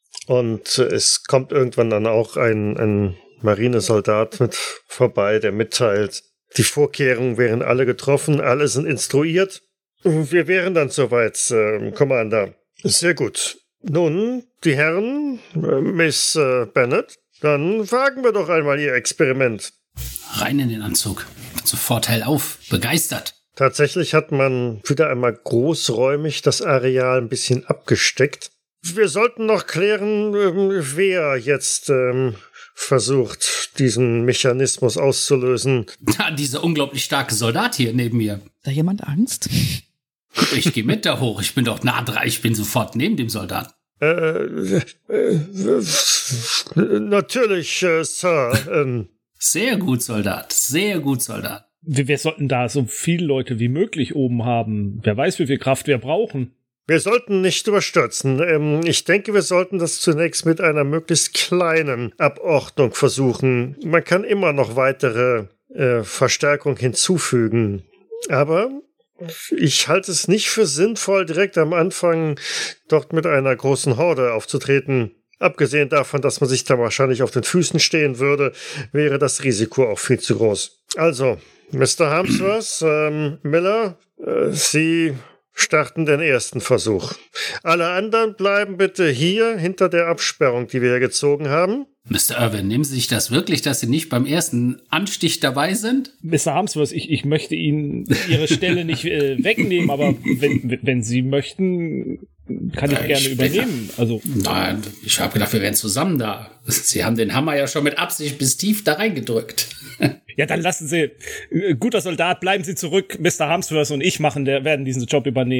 Und es kommt irgendwann dann auch ein, ein Marinesoldat mit vorbei, der mitteilt, die Vorkehrungen wären alle getroffen, alle sind instruiert. Wir wären dann soweit, äh, Commander. Sehr gut. Nun, die Herren, äh, Miss äh, Bennett, dann wagen wir doch einmal Ihr Experiment. Rein in den Anzug. Sofort hell auf. Begeistert. Tatsächlich hat man wieder einmal großräumig das Areal ein bisschen abgesteckt. Wir sollten noch klären, ähm, wer jetzt ähm, versucht, diesen Mechanismus auszulösen. Ja, dieser unglaublich starke Soldat hier neben mir. Hat da jemand Angst? Ich gehe mit da hoch. Ich bin doch nah dran. Ich bin sofort neben dem Soldaten. Äh, äh, natürlich, äh, Sir. Ähm, Sehr gut, Soldat. Sehr gut, Soldat. Wir, wir sollten da so viele Leute wie möglich oben haben. Wer weiß, wie viel Kraft wir brauchen. Wir sollten nicht überstürzen. Ähm, ich denke, wir sollten das zunächst mit einer möglichst kleinen Abordnung versuchen. Man kann immer noch weitere äh, Verstärkung hinzufügen. Aber ich halte es nicht für sinnvoll, direkt am Anfang dort mit einer großen Horde aufzutreten. Abgesehen davon, dass man sich da wahrscheinlich auf den Füßen stehen würde, wäre das Risiko auch viel zu groß. Also, Mister Harmsworth, ähm, Miller, äh, Sie starten den ersten Versuch. Alle anderen bleiben bitte hier hinter der Absperrung, die wir hier gezogen haben. Mister Irwin, nehmen Sie sich das wirklich, dass Sie nicht beim ersten Anstich dabei sind? Mister Harmsworth, ich, ich möchte Ihnen Ihre Stelle nicht äh, wegnehmen, aber wenn, wenn Sie möchten, kann ich Ja, gerne ich übernehmen. Also Nein, ich habe gedacht, wir wären zusammen da. Sie haben den Hammer ja schon mit Absicht bis tief da reingedrückt. ja, dann lassen Sie, äh, guter Soldat, bleiben Sie zurück. Mister Harmsworth und ich machen, der werden diesen Job übernehmen.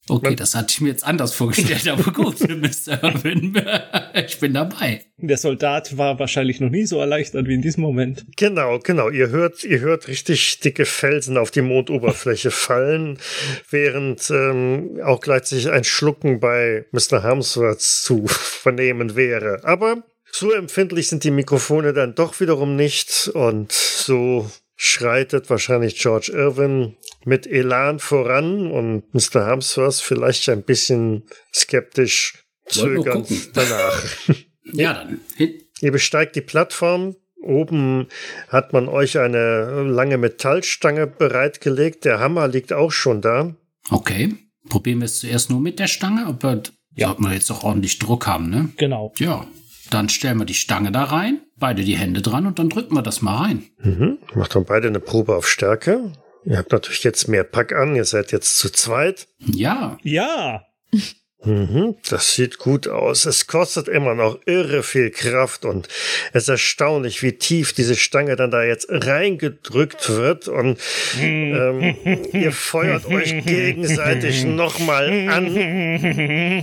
Okay, das hatte ich mir jetzt anders vorgestellt, aber gut, Mister Irwin, ich bin dabei. Der Soldat war wahrscheinlich noch nie so erleichtert wie in diesem Moment. Genau, genau. Ihr hört, ihr hört richtig dicke Felsen auf die Mondoberfläche fallen, während ähm, auch gleichzeitig ein Schlucken bei Mister Harmsworth zu vernehmen wäre. Aber so empfindlich sind die Mikrofone dann doch wiederum nicht und so schreitet wahrscheinlich George Irwin mit Elan voran und Mister Harmsworth vielleicht ein bisschen skeptisch zögernd danach. Ja, dann hin. Ihr besteigt die Plattform. Oben hat man euch eine lange Metallstange bereitgelegt. Der Hammer liegt auch schon da. Okay, probieren wir es zuerst nur mit der Stange, aber ja. Sollten wir jetzt auch ordentlich Druck haben, ne? Genau. Ja. Dann stellen wir die Stange da rein, beide die Hände dran und dann drücken wir das mal rein. Mhm. Macht dann beide eine Probe auf Stärke. Ihr habt natürlich jetzt mehr Pack an, ihr seid jetzt zu zweit. Ja. Ja. Mhm. Das sieht gut aus. Es kostet immer noch irre viel Kraft und es ist erstaunlich, wie tief diese Stange dann da jetzt reingedrückt wird und ähm, ihr feuert euch gegenseitig nochmal an.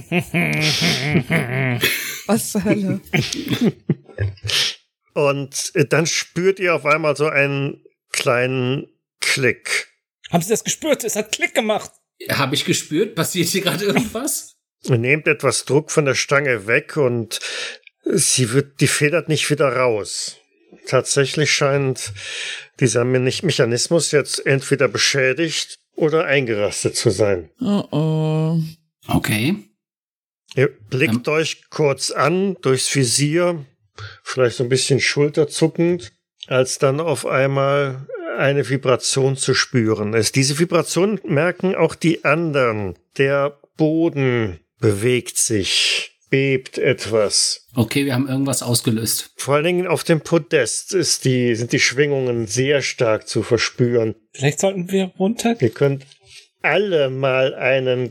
Was zur Hölle? Und dann spürt ihr auf einmal so einen kleinen Klick. Haben Sie das gespürt? Es hat Klick gemacht. Habe ich gespürt? Passiert hier gerade irgendwas? Ihr nehmt etwas Druck von der Stange weg und sie wird, die federt nicht wieder raus. Tatsächlich scheint dieser Me- Mechanismus jetzt entweder beschädigt oder eingerastet zu sein. Oh oh. Okay. Ihr blickt ähm. euch kurz an, durchs Visier, vielleicht so ein bisschen schulterzuckend, als dann auf einmal eine Vibration zu spüren ist. Diese Vibration merken auch die anderen. Der Boden bewegt sich, bebt etwas. Okay, wir haben irgendwas ausgelöst. Vor allen Dingen auf dem Podest ist die, sind die Schwingungen sehr stark zu verspüren. Vielleicht sollten wir runter. Ihr könnt alle mal einen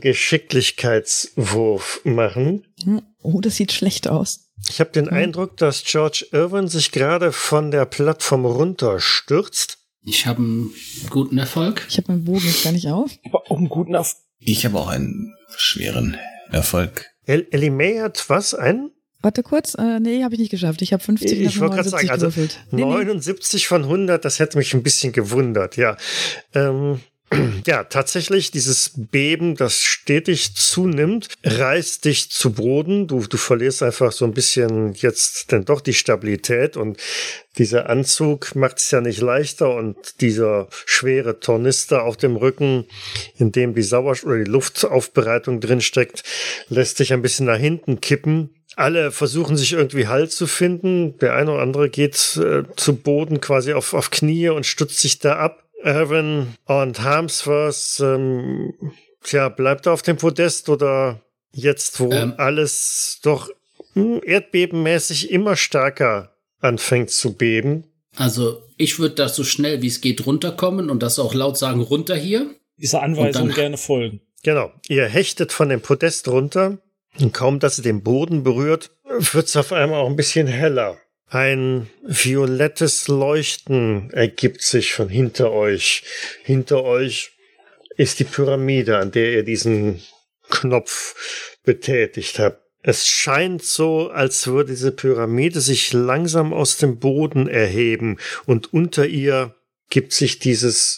Geschicklichkeitswurf machen. Oh, das sieht schlecht aus. Ich habe den hm. Eindruck, dass George Irwin sich gerade von der Plattform runterstürzt. Ich habe einen guten Erfolg. Ich habe meinen Bogen jetzt gar nicht auf. Aber auch einen guten Erfolg. Ich habe auch einen schweren Erfolg. El- Ellie Mae hat was? Einen? Warte kurz. Äh, nee, habe ich nicht geschafft. Ich habe fünfzig Ich wollte gerade sagen, also gewürfelt. Nee, neunundsiebzig nee. von hundert, das hätte mich ein bisschen gewundert, ja. Ähm, ja, tatsächlich, dieses Beben, das stetig zunimmt, reißt dich zu Boden. Du, du verlierst einfach so ein bisschen jetzt dann doch die Stabilität und dieser Anzug macht es ja nicht leichter und dieser schwere Tornister auf dem Rücken, in dem die Sauerstoff- oder die Luftaufbereitung drinsteckt, lässt dich ein bisschen nach hinten kippen. Alle versuchen sich irgendwie Halt zu finden. Der eine oder andere geht äh, zu Boden quasi auf, auf Knie und stützt sich da ab. Irwin und Harmsworth, ähm, tja, bleibt er auf dem Podest oder jetzt, wo ähm. alles doch mh, erdbebenmäßig immer stärker anfängt zu beben? Also ich würde da so schnell wie es geht runterkommen und das auch laut sagen, runter hier. Dieser Anweisung gerne folgen. Genau, ihr hechtet von dem Podest runter und kaum, dass ihr den Boden berührt, wird es auf einmal auch ein bisschen heller. Ein violettes Leuchten ergibt sich von hinter euch. Hinter euch ist die Pyramide, an der ihr diesen Knopf betätigt habt. Es scheint so, als würde diese Pyramide sich langsam aus dem Boden erheben und unter ihr gibt sich dieses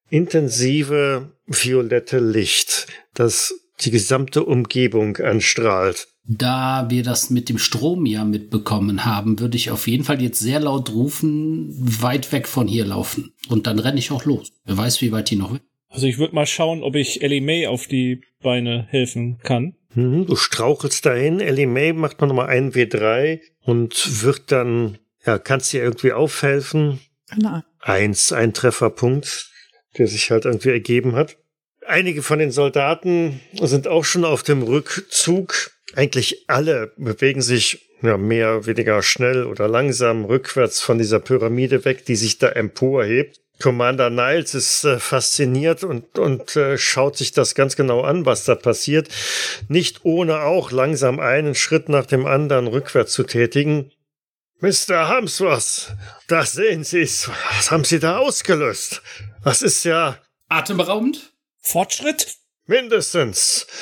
intensive violette Licht, das die gesamte Umgebung anstrahlt. Da wir das mit dem Strom ja mitbekommen haben, würde ich auf jeden Fall jetzt sehr laut rufen, weit weg von hier laufen. Und dann renne ich auch los. Wer weiß, wie weit die noch will. Also ich würde mal schauen, ob ich Ellie Mae auf die Beine helfen kann. Mhm, du strauchelst dahin. Ellie Mae macht noch mal ein W drei und wird dann, ja, kannst dir irgendwie aufhelfen. Nein. Eins, ein Trefferpunkt, der sich halt irgendwie ergeben hat. Einige von den Soldaten sind auch schon auf dem Rückzug. Eigentlich alle bewegen sich ja, mehr oder weniger schnell oder langsam rückwärts von dieser Pyramide weg, die sich da emporhebt. Commander Niles ist äh, fasziniert und, und äh, schaut sich das ganz genau an, was da passiert. Nicht ohne auch langsam einen Schritt nach dem anderen rückwärts zu tätigen. Mister Harmsworth, da sehen Sie's. Was haben Sie da ausgelöst? Das ist ja... Atemberaubend? Fortschritt? Mindestens.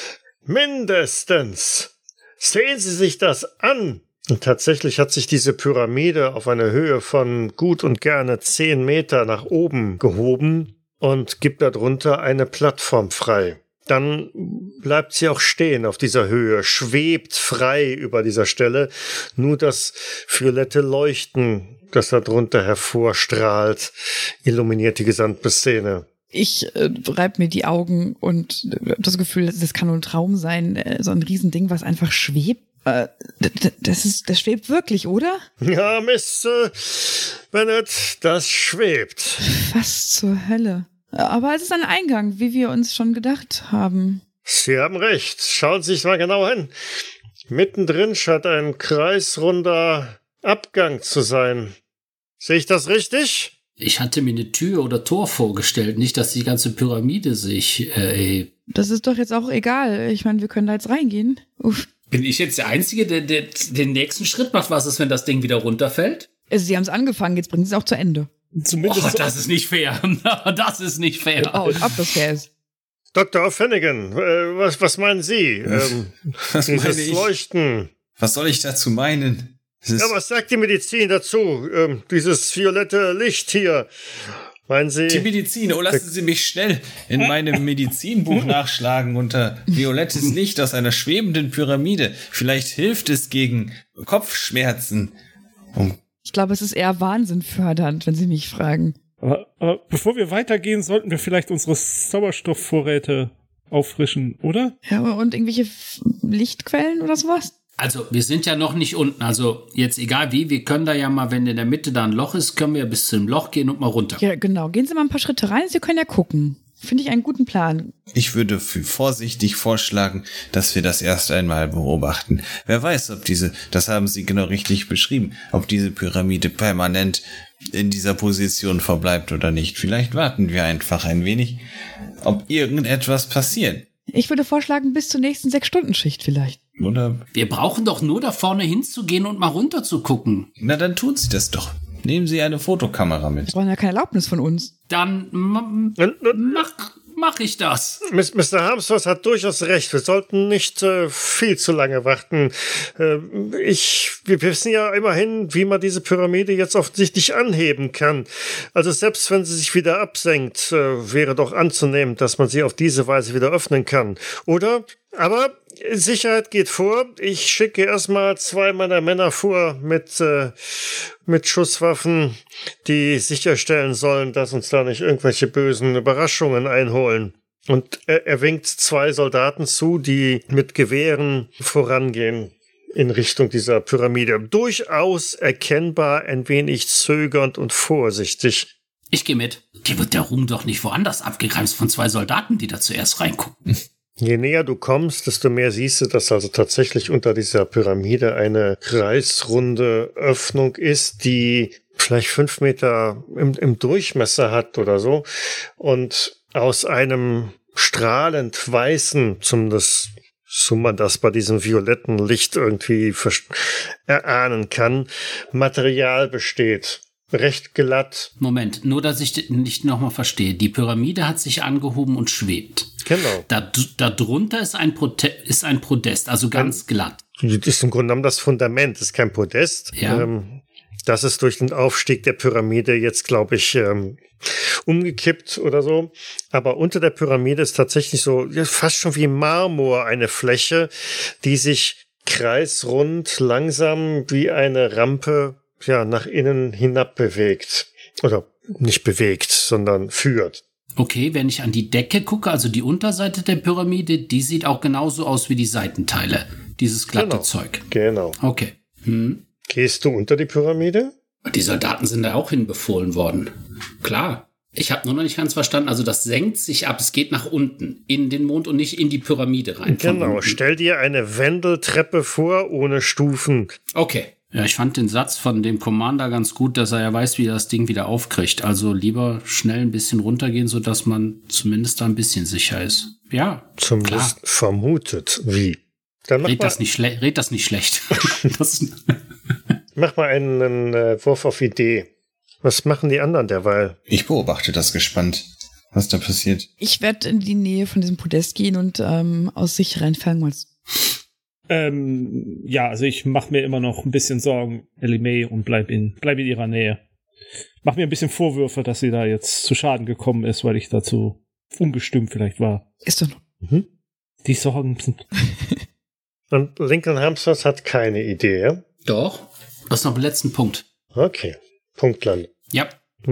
Mindestens. Sehen Sie sich das an. Und tatsächlich hat sich diese Pyramide auf eine Höhe von gut und gerne zehn Meter nach oben gehoben und gibt darunter eine Plattform frei. Dann bleibt sie auch stehen auf dieser Höhe, schwebt frei über dieser Stelle. Nur das violette Leuchten, das da drunter hervorstrahlt, illuminiert die gesamte Szene. Ich äh, reibe mir die Augen und äh, das Gefühl, das kann nur ein Traum sein, äh, so ein Riesending, was einfach schwebt. Äh, das ist, das schwebt wirklich, oder? Ja, Miss äh, Bennett, das schwebt. Was zur Hölle? Aber es ist ein Eingang, wie wir uns schon gedacht haben. Sie haben recht. Schauen Sie sich mal genau hin. Mittendrin scheint ein kreisrunder Abgang zu sein. Sehe ich das richtig? Ich hatte mir eine Tür oder Tor vorgestellt, nicht, dass die ganze Pyramide sich äh, Das ist doch jetzt auch egal. Ich meine, wir können da jetzt reingehen. Uff. Bin ich jetzt der Einzige, der, der den nächsten Schritt macht? Was ist, wenn das Ding wieder runterfällt? Also, sie haben es angefangen, jetzt bringen sie es auch zu Ende. Zumindest. Oh, das ist nicht fair. Das ist nicht fair. Oh, und ob das fair ist. Doktor Finnegan, äh, was, was meinen Sie? Ähm, Was meine dieses ich? Leuchten. Was soll ich dazu meinen? Es ist, Ja, was sagt die Medizin dazu? Ähm, dieses violette Licht hier. Meinen Sie? die Medizin. Oh, lassen Sie mich schnell in meinem Medizinbuch nachschlagen unter violettes Licht aus einer schwebenden Pyramide. Vielleicht hilft es gegen Kopfschmerzen. Um Ich glaube, es ist eher wahnsinnfördernd, wenn Sie mich fragen. Aber, aber bevor wir weitergehen, sollten wir vielleicht unsere Sauerstoffvorräte auffrischen, oder? Ja, und irgendwelche F- Lichtquellen oder sowas? Also, wir sind ja noch nicht unten. Also, jetzt egal wie, wir können da ja mal, wenn in der Mitte da ein Loch ist, können wir ja bis zum Loch gehen und mal runter. Ja, genau. Gehen Sie mal ein paar Schritte rein, Sie können ja gucken. Finde ich einen guten Plan. Ich würde f- vorsichtig vorschlagen, dass wir das erst einmal beobachten. Wer weiß, ob diese, das haben Sie genau richtig beschrieben, ob diese Pyramide permanent in dieser Position verbleibt oder nicht. Vielleicht warten wir einfach ein wenig, ob irgendetwas passiert. Ich würde vorschlagen, bis zur nächsten Sechs-Stunden-Schicht vielleicht. Oder, Wir brauchen doch nur da vorne hinzugehen und mal runter zu gucken. na dann tun Sie das doch. Nehmen Sie eine Fotokamera Sie mit. brauchen ja keine Erlaubnis von uns. Dann ma- N- n- mach, mach ich das. Miss- Mister Harmsworth hat durchaus recht. Wir sollten nicht äh, viel zu lange warten. Äh, ich, wir wissen ja immerhin, wie man diese Pyramide jetzt offensichtlich anheben kann. Also selbst wenn sie sich wieder absenkt, äh, wäre doch anzunehmen, dass man sie auf diese Weise wieder öffnen kann. Oder? Aber Sicherheit geht vor. Ich schicke erstmal zwei meiner Männer vor mit, äh, mit Schusswaffen, die sicherstellen sollen, dass uns da nicht irgendwelche bösen Überraschungen einholen. Und er, er winkt zwei Soldaten zu, die mit Gewehren vorangehen in Richtung dieser Pyramide. Durchaus erkennbar ein wenig zögernd und vorsichtig. Ich gehe mit. Dir wird der Ruhm doch nicht woanders abgegrenzt von zwei Soldaten, die da zuerst reingucken. Je näher du kommst, desto mehr siehst du, dass also tatsächlich unter dieser Pyramide eine kreisrunde Öffnung ist, die vielleicht fünf Meter im, im Durchmesser hat oder so und aus einem strahlend weißen, zumindest so man das bei diesem violetten Licht irgendwie erahnen kann, Material besteht. Recht glatt. Moment, nur dass ich nicht nochmal verstehe. Die Pyramide hat sich angehoben und schwebt. Genau. Da, da drunter ist ein, Prote ist ein Podest, also ganz glatt. Das ist im Grunde genommen das Fundament, das ist kein Podest. Ja. Ähm, das ist durch den Aufstieg der Pyramide jetzt, glaube ich, ähm, umgekippt oder so. Aber unter der Pyramide ist tatsächlich so ja, fast schon wie Marmor eine Fläche, die sich kreisrund langsam wie eine Rampe ja, nach innen hinab bewegt. Oder nicht bewegt, sondern führt. Okay, wenn ich an die Decke gucke, also die Unterseite der Pyramide, die sieht auch genauso aus wie die Seitenteile. Dieses glatte Genau. Zeug. Genau. Okay. Hm. Gehst du unter die Pyramide? Die Soldaten sind da auch hinbefohlen worden. Klar. Ich habe nur noch nicht ganz verstanden, also das senkt sich ab, es geht nach unten, in den Mond und nicht in die Pyramide rein. von Genau. unten. Stell dir eine Wendeltreppe vor, ohne Stufen. Okay. Ja, ich fand den Satz von dem Commander ganz gut, dass er ja weiß, wie er das Ding wieder aufkriegt. Also lieber schnell ein bisschen runtergehen, sodass man zumindest da ein bisschen sicher ist. Ja, Zumindest klar. vermutet. Wie? Dann mach Red mal, das nicht, schle red das nicht schlecht. das mach mal einen, einen äh, Wurf auf Idee. Was machen die anderen derweil? Ich beobachte das gespannt. was da passiert. Ich werde in die Nähe von diesem Podest gehen und ähm, aus sicherer Entfernung mal. Ähm, ja, also ich mache mir immer noch ein bisschen Sorgen, Ellie Mae, und bleib in, bleib in ihrer Nähe. Mach mir ein bisschen Vorwürfe, dass sie da jetzt zu Schaden gekommen ist, weil ich dazu ungestüm vielleicht war. Ist doch noch. Mhm. Die Sorgen sind... Und Lincoln Hamsters hat keine Idee, ja? Doch. Das ist noch der letzte Punkt. Okay, Punktland. Ja.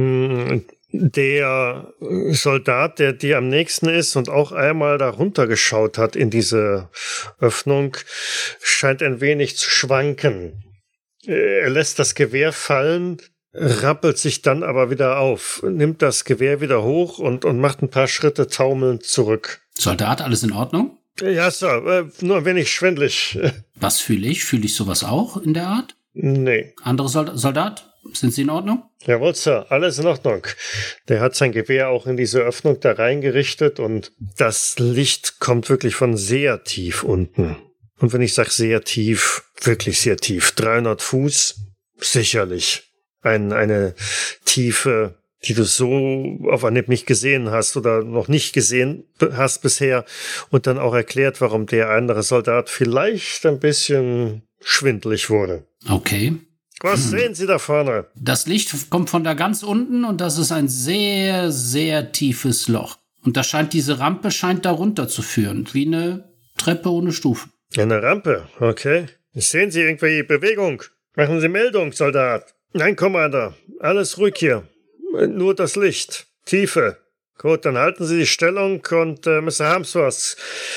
Der Soldat, der dir am nächsten ist und auch einmal da runtergeschaut hat in diese Öffnung, scheint ein wenig zu schwanken. Er lässt das Gewehr fallen, rappelt sich dann aber wieder auf, nimmt das Gewehr wieder hoch und, und macht ein paar Schritte taumelnd zurück. Soldat, alles in Ordnung? Ja, Sir, äh, nur ein wenig schwindelig. Was fühle ich? Fühle ich sowas auch in der Art? Nee. Andere Soldat, Soldat, sind Sie in Ordnung? Jawohl, Sir, alles in Ordnung. Der hat sein Gewehr auch in diese Öffnung da reingerichtet und das Licht kommt wirklich von sehr tief unten. Und wenn ich sage sehr tief, wirklich sehr tief. dreihundert Fuß, sicherlich. Ein, eine Tiefe, die du so auf Anhieb nicht gesehen hast oder noch nicht gesehen hast bisher und dann auch erklärt, warum der andere Soldat vielleicht ein bisschen schwindelig wurde. Okay. Was hm. sehen Sie da vorne? Das Licht kommt von da ganz unten und das ist ein sehr, sehr tiefes Loch. Und da scheint diese Rampe scheint da runter zu führen, wie eine Treppe ohne Stufen. Eine Rampe, okay. Sehen Sie irgendwelche Bewegung? Machen Sie Meldung, Soldat. Nein, Commander, alles ruhig hier. Nur das Licht. Tiefe. Gut, dann halten Sie die Stellung und äh, Mister Harmsworth,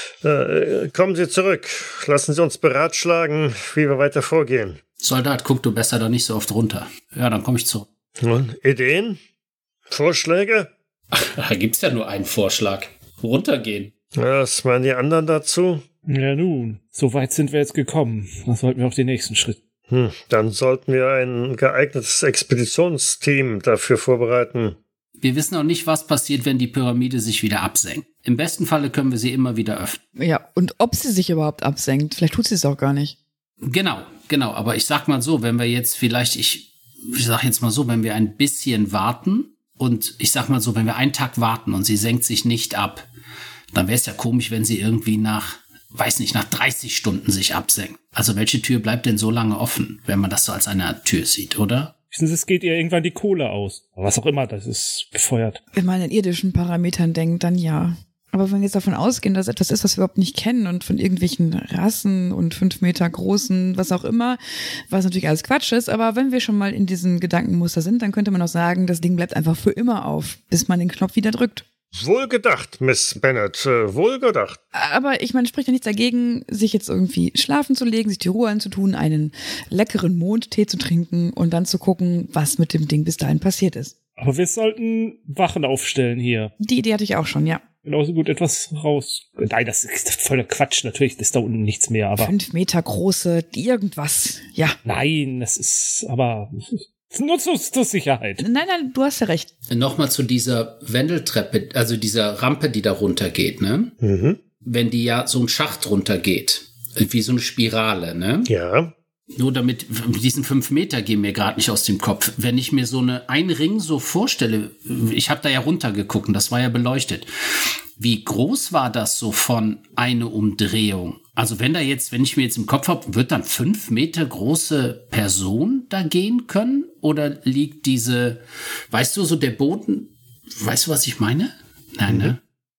äh, kommen Sie zurück. Lassen Sie uns beratschlagen, wie wir weiter vorgehen. Soldat, guck du besser da nicht so oft runter. Ja, dann komme ich zurück. Und Ideen? Vorschläge? Ach, da gibt's ja nur einen Vorschlag. Runtergehen. Was meinen die anderen dazu? Ja nun, so weit sind wir jetzt gekommen. Dann sollten wir auf den nächsten Schritt. Hm, dann sollten wir ein geeignetes Expeditionsteam dafür vorbereiten. Wir wissen auch nicht, was passiert, wenn die Pyramide sich wieder absenkt. Im besten Falle können wir sie immer wieder öffnen. Ja, und ob sie sich überhaupt absenkt. Vielleicht tut sie es auch gar nicht. Genau, genau. Aber ich sag mal so, wenn wir jetzt vielleicht, ich, ich sag jetzt mal so, wenn wir ein bisschen warten und ich sag mal so, wenn wir einen Tag warten und sie senkt sich nicht ab, dann wäre es ja komisch, wenn sie irgendwie nach, weiß nicht, nach dreißig Stunden sich absenkt. Also welche Tür bleibt denn so lange offen, wenn man das so als eine Tür sieht, oder? Es geht ihr irgendwann die Kohle aus. Was auch immer, das ist befeuert. Wenn man in irdischen Parametern denkt, dann ja. Aber wenn wir jetzt davon ausgehen, dass etwas ist, was wir überhaupt nicht kennen und von irgendwelchen Rassen und fünf Meter großen, was auch immer, was natürlich alles Quatsch ist, aber wenn wir schon mal in diesem Gedankenmuster sind, dann könnte man auch sagen, das Ding bleibt einfach für immer auf, bis man den Knopf wieder drückt. Wohl gedacht, Miss Bennett, äh, wohl gedacht. Aber ich meine, spricht ja nichts dagegen, sich jetzt irgendwie schlafen zu legen, sich die Ruhe anzutun, einen leckeren Mondtee zu trinken und dann zu gucken, was mit dem Ding bis dahin passiert ist. Aber wir sollten Wachen aufstellen hier. Die Idee hatte ich auch schon, ja. Genauso gut etwas raus. Nein, das ist voller Quatsch. Natürlich ist da unten nichts mehr, aber. Fünf Meter große, irgendwas, ja. Nein, das ist aber. Nur zur, zur Sicherheit. Nein, nein, du hast ja recht. Nochmal zu dieser Wendeltreppe, also dieser Rampe, die da runtergeht, ne? Mhm. Wenn die ja so ein Schacht runtergeht, wie so eine Spirale, ne? Ja. Nur damit, diesen fünf Meter gehen mir gerade nicht aus dem Kopf. Wenn ich mir so eine ein Ring so vorstelle, ich habe da ja runtergeguckt und das war ja beleuchtet. Wie groß war das so von eine Umdrehung? Also wenn da jetzt, wenn ich mir jetzt im Kopf habe, wird dann fünf Meter große Person da gehen können? Oder liegt diese, weißt du, so der Boden, weißt du, was ich meine? Nein, mhm. ne?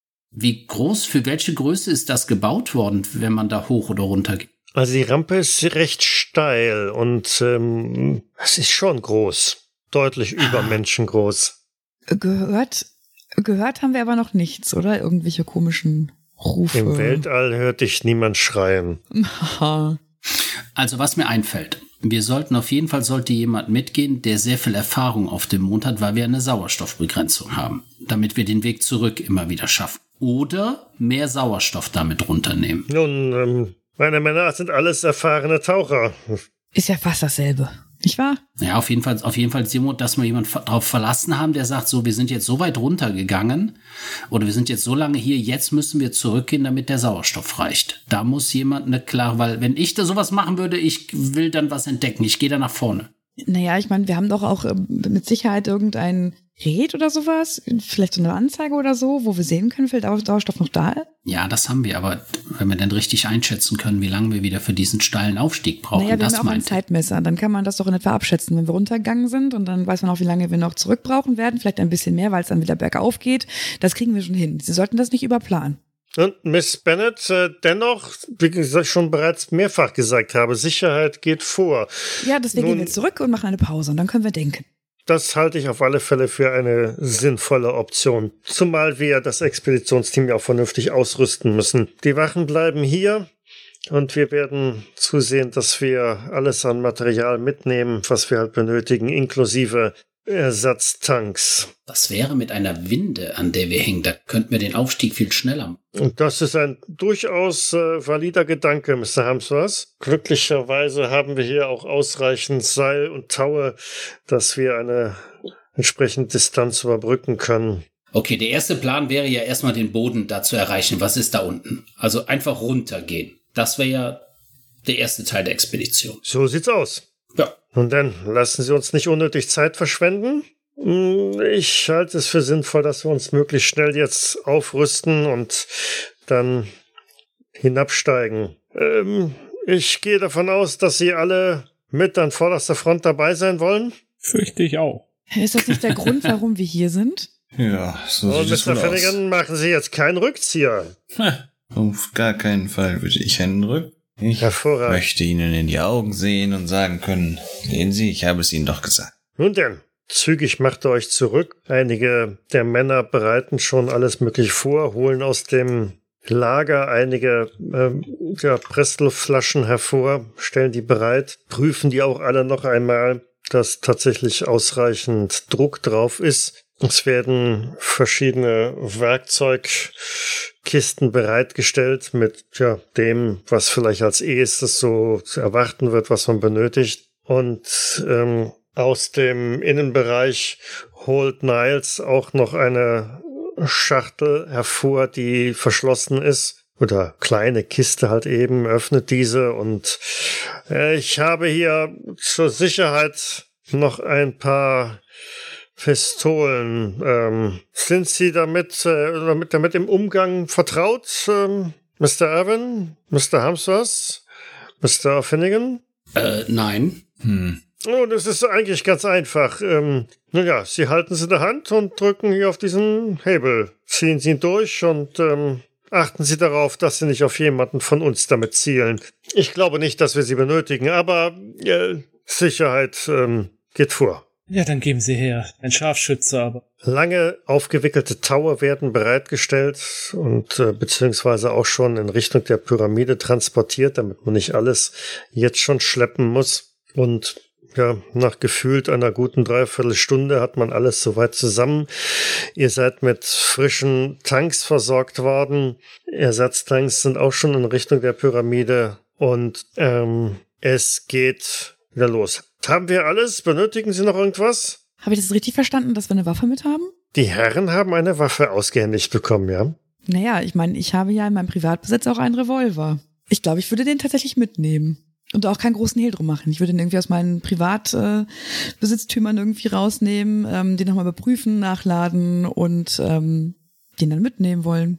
Wie groß, für welche Größe ist das gebaut worden, wenn man da hoch oder runter geht? Also die Rampe ist recht steil und ähm, es ist schon groß. Deutlich über ah. menschengroß. Gehört, gehört haben wir aber noch nichts, oder? Irgendwelche komischen Rufe. Im Weltall hört dich niemand schreien. Also was mir einfällt, wir sollten auf jeden Fall, sollte jemand mitgehen, der sehr viel Erfahrung auf dem Mond hat, weil wir eine Sauerstoffbegrenzung haben, damit wir den Weg zurück immer wieder schaffen. Oder mehr Sauerstoff damit runternehmen. Nun, ähm, meine Männer sind alles erfahrene Taucher. Ist ja fast dasselbe, nicht wahr? Ja, auf jeden Fall, auf jeden Fall, dass wir jemanden darauf verlassen haben, der sagt, so, wir sind jetzt so weit runtergegangen oder wir sind jetzt so lange hier, jetzt müssen wir zurückgehen, damit der Sauerstoff reicht. Da muss jemand eine klare, weil wenn ich da sowas machen würde, ich will dann was entdecken, ich gehe da nach vorne. Naja, ich meine, wir haben doch auch äh, mit Sicherheit irgendein Gerät oder sowas? Vielleicht so eine Anzeige oder so, wo wir sehen können, wie viel Sauerstoff noch da ist? Ja, das haben wir, aber wenn wir dann richtig einschätzen können, wie lange wir wieder für diesen steilen Aufstieg brauchen, naja, wir das haben ja auch einen Zeitmesser. Dann kann man das doch in etwa abschätzen, wenn wir runtergegangen sind und dann weiß man auch, wie lange wir noch zurück brauchen werden. Vielleicht ein bisschen mehr, weil es dann wieder bergauf geht. Das kriegen wir schon hin. Sie sollten das nicht überplanen. Und Miss Bennett, äh, dennoch, wie ich schon bereits mehrfach gesagt habe, Sicherheit geht vor. Ja, deswegen Nun, gehen wir zurück und machen eine Pause und dann können wir denken. Das halte ich auf alle Fälle für eine sinnvolle Option. Zumal wir das Expeditionsteam ja auch vernünftig ausrüsten müssen. Die Wachen bleiben hier und wir werden zusehen, dass wir alles an Material mitnehmen, was wir halt benötigen, inklusive Ersatztanks. Was wäre mit einer Winde, an der wir hängen? Da könnten wir den Aufstieg viel schneller machen. Und das ist ein durchaus äh, valider Gedanke, Mister Hamsworth. Glücklicherweise haben wir hier auch ausreichend Seil und Taue, dass wir eine entsprechende Distanz überbrücken können. Okay, der erste Plan wäre ja erstmal den Boden da zu erreichen. Was ist da unten? Also einfach runtergehen. Das wäre ja der erste Teil der Expedition. So sieht's aus. Ja. Und dann lassen Sie uns nicht unnötig Zeit verschwenden. Ich halte es für sinnvoll, dass wir uns möglichst schnell jetzt aufrüsten und dann hinabsteigen. Ähm, ich gehe davon aus, dass Sie alle mit an vorderster Front dabei sein wollen. Fürchte ich auch. Ist das nicht der Grund, warum wir hier sind? Ja, so und sieht es Mister wohl aus. Finnegan, machen Sie jetzt keinen Rückzieher. Ha, auf gar keinen Fall würde ich einen Rück. Ich Hervorragend. möchte Ihnen in die Augen sehen und sagen können, sehen Sie, ich habe es Ihnen doch gesagt. Nun denn, zügig macht ihr euch zurück. Einige der Männer bereiten schon alles Mögliche vor, holen aus dem Lager einige ähm, ja, Pressluftflaschen hervor, stellen die bereit, prüfen die auch alle noch einmal, dass tatsächlich ausreichend Druck drauf ist. Es werden verschiedene Werkzeugkisten bereitgestellt mit ja, dem, was vielleicht als erstes so zu erwarten wird, was man benötigt. Und ähm, aus dem Innenbereich holt Niles auch noch eine Schachtel hervor, die verschlossen ist. Oder kleine Kiste halt eben, öffnet diese. Und äh, ich habe hier zur Sicherheit noch ein paar Pistolen. Ähm, sind Sie damit, äh, damit, damit im Umgang vertraut, ähm, Mister Irwin, Mister Hamsworth, Mister Finnegan? Äh, nein. Hm. Oh, das ist eigentlich ganz einfach. Ähm, naja, Sie halten sie in der Hand und drücken hier auf diesen Hebel. Ziehen Sie ihn durch und ähm, achten Sie darauf, dass Sie nicht auf jemanden von uns damit zielen. Ich glaube nicht, dass wir sie benötigen, aber äh, Sicherheit ähm, geht vor. Ja, dann geben Sie her. Ein Scharfschütze, aber. Lange aufgewickelte Taue werden bereitgestellt und äh, beziehungsweise auch schon in Richtung der Pyramide transportiert, damit man nicht alles jetzt schon schleppen muss. Und ja, nach gefühlt einer guten Dreiviertelstunde hat man alles soweit zusammen. Ihr seid mit frischen Tanks versorgt worden. Ersatztanks sind auch schon in Richtung der Pyramide und ähm, es geht wieder los. Haben wir alles? Benötigen Sie noch irgendwas? Habe ich das richtig verstanden, dass wir eine Waffe mit haben? Die Herren haben eine Waffe ausgehändigt bekommen, ja? Naja, ich meine, ich habe ja in meinem Privatbesitz auch einen Revolver. Ich glaube, ich würde den tatsächlich mitnehmen. Und auch keinen großen Hehl drum machen. Ich würde den irgendwie aus meinen Privatbesitztümern äh, irgendwie rausnehmen, ähm, den nochmal überprüfen, nachladen und ähm, den dann mitnehmen wollen.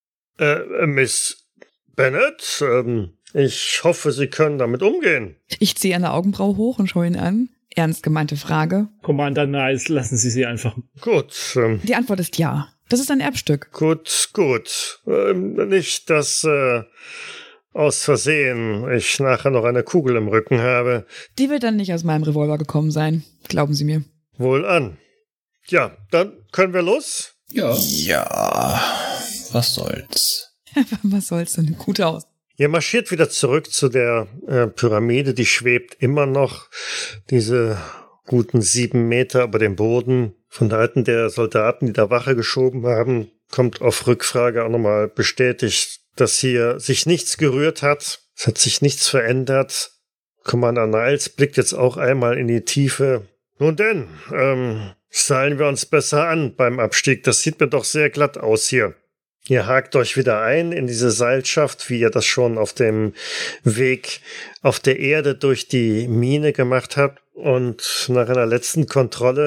Äh, Miss Bennett, ähm, ich hoffe, Sie können damit umgehen. Ich ziehe eine Augenbraue hoch und schaue ihn an. Ernst gemeinte Frage. Commander Niles, lassen Sie sie einfach. Gut. Ähm, Die Antwort ist ja. Das ist ein Erbstück. Gut, gut. Ähm, nicht, dass äh, aus Versehen ich nachher noch eine Kugel im Rücken habe. Die wird dann nicht aus meinem Revolver gekommen sein. Glauben Sie mir. Wohlan. Ja, dann können wir los? Ja. Ja, was soll's. Was soll's denn? Gut aus. Ihr marschiert wieder zurück zu der äh, Pyramide, die schwebt immer noch diese guten sieben Meter über dem Boden. Von Seiten der Soldaten, die da Wache geschoben haben, kommt auf Rückfrage auch nochmal bestätigt, dass hier sich nichts gerührt hat. Es hat sich nichts verändert. Commander Niles blickt jetzt auch einmal in die Tiefe. Nun denn, ähm, seilen wir uns besser an beim Abstieg. Das sieht mir doch sehr glatt aus hier. Ihr hakt euch wieder ein in diese Seilschaft, wie ihr das schon auf dem Weg auf der Erde durch die Mine gemacht habt. Und nach einer letzten Kontrolle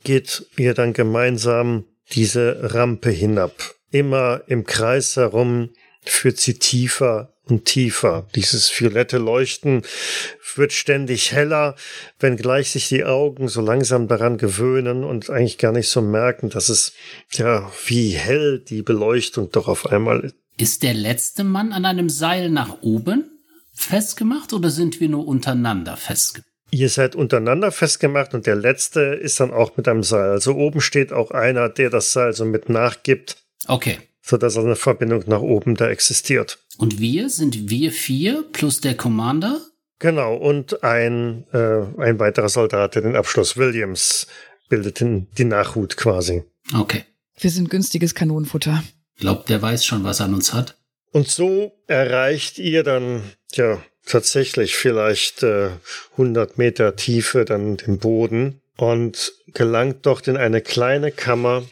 geht ihr dann gemeinsam diese Rampe hinab. Immer im Kreis herum führt sie tiefer und tiefer. Dieses violette Leuchten wird ständig heller, wenngleich sich die Augen so langsam daran gewöhnen und eigentlich gar nicht so merken, dass es, ja, wie hell die Beleuchtung doch auf einmal ist. Ist der letzte Mann an einem Seil nach oben festgemacht oder sind wir nur untereinander festgemacht? Ihr seid untereinander festgemacht und der letzte ist dann auch mit einem Seil. Also oben steht auch einer, der das Seil so mit nachgibt. Okay. Sodass eine Verbindung nach oben da existiert. Und wir? Sind wir vier plus der Commander? Genau, und ein, äh, ein weiterer Soldat, der den Abschluss Williams bildet, den, die Nachhut quasi. Okay. Wir sind günstiges Kanonenfutter. Glaubt, der weiß schon, was er an uns hat. Und so erreicht ihr dann, ja, tatsächlich vielleicht äh, hundert Meter Tiefe dann den Boden und gelangt dort in eine kleine Kammer,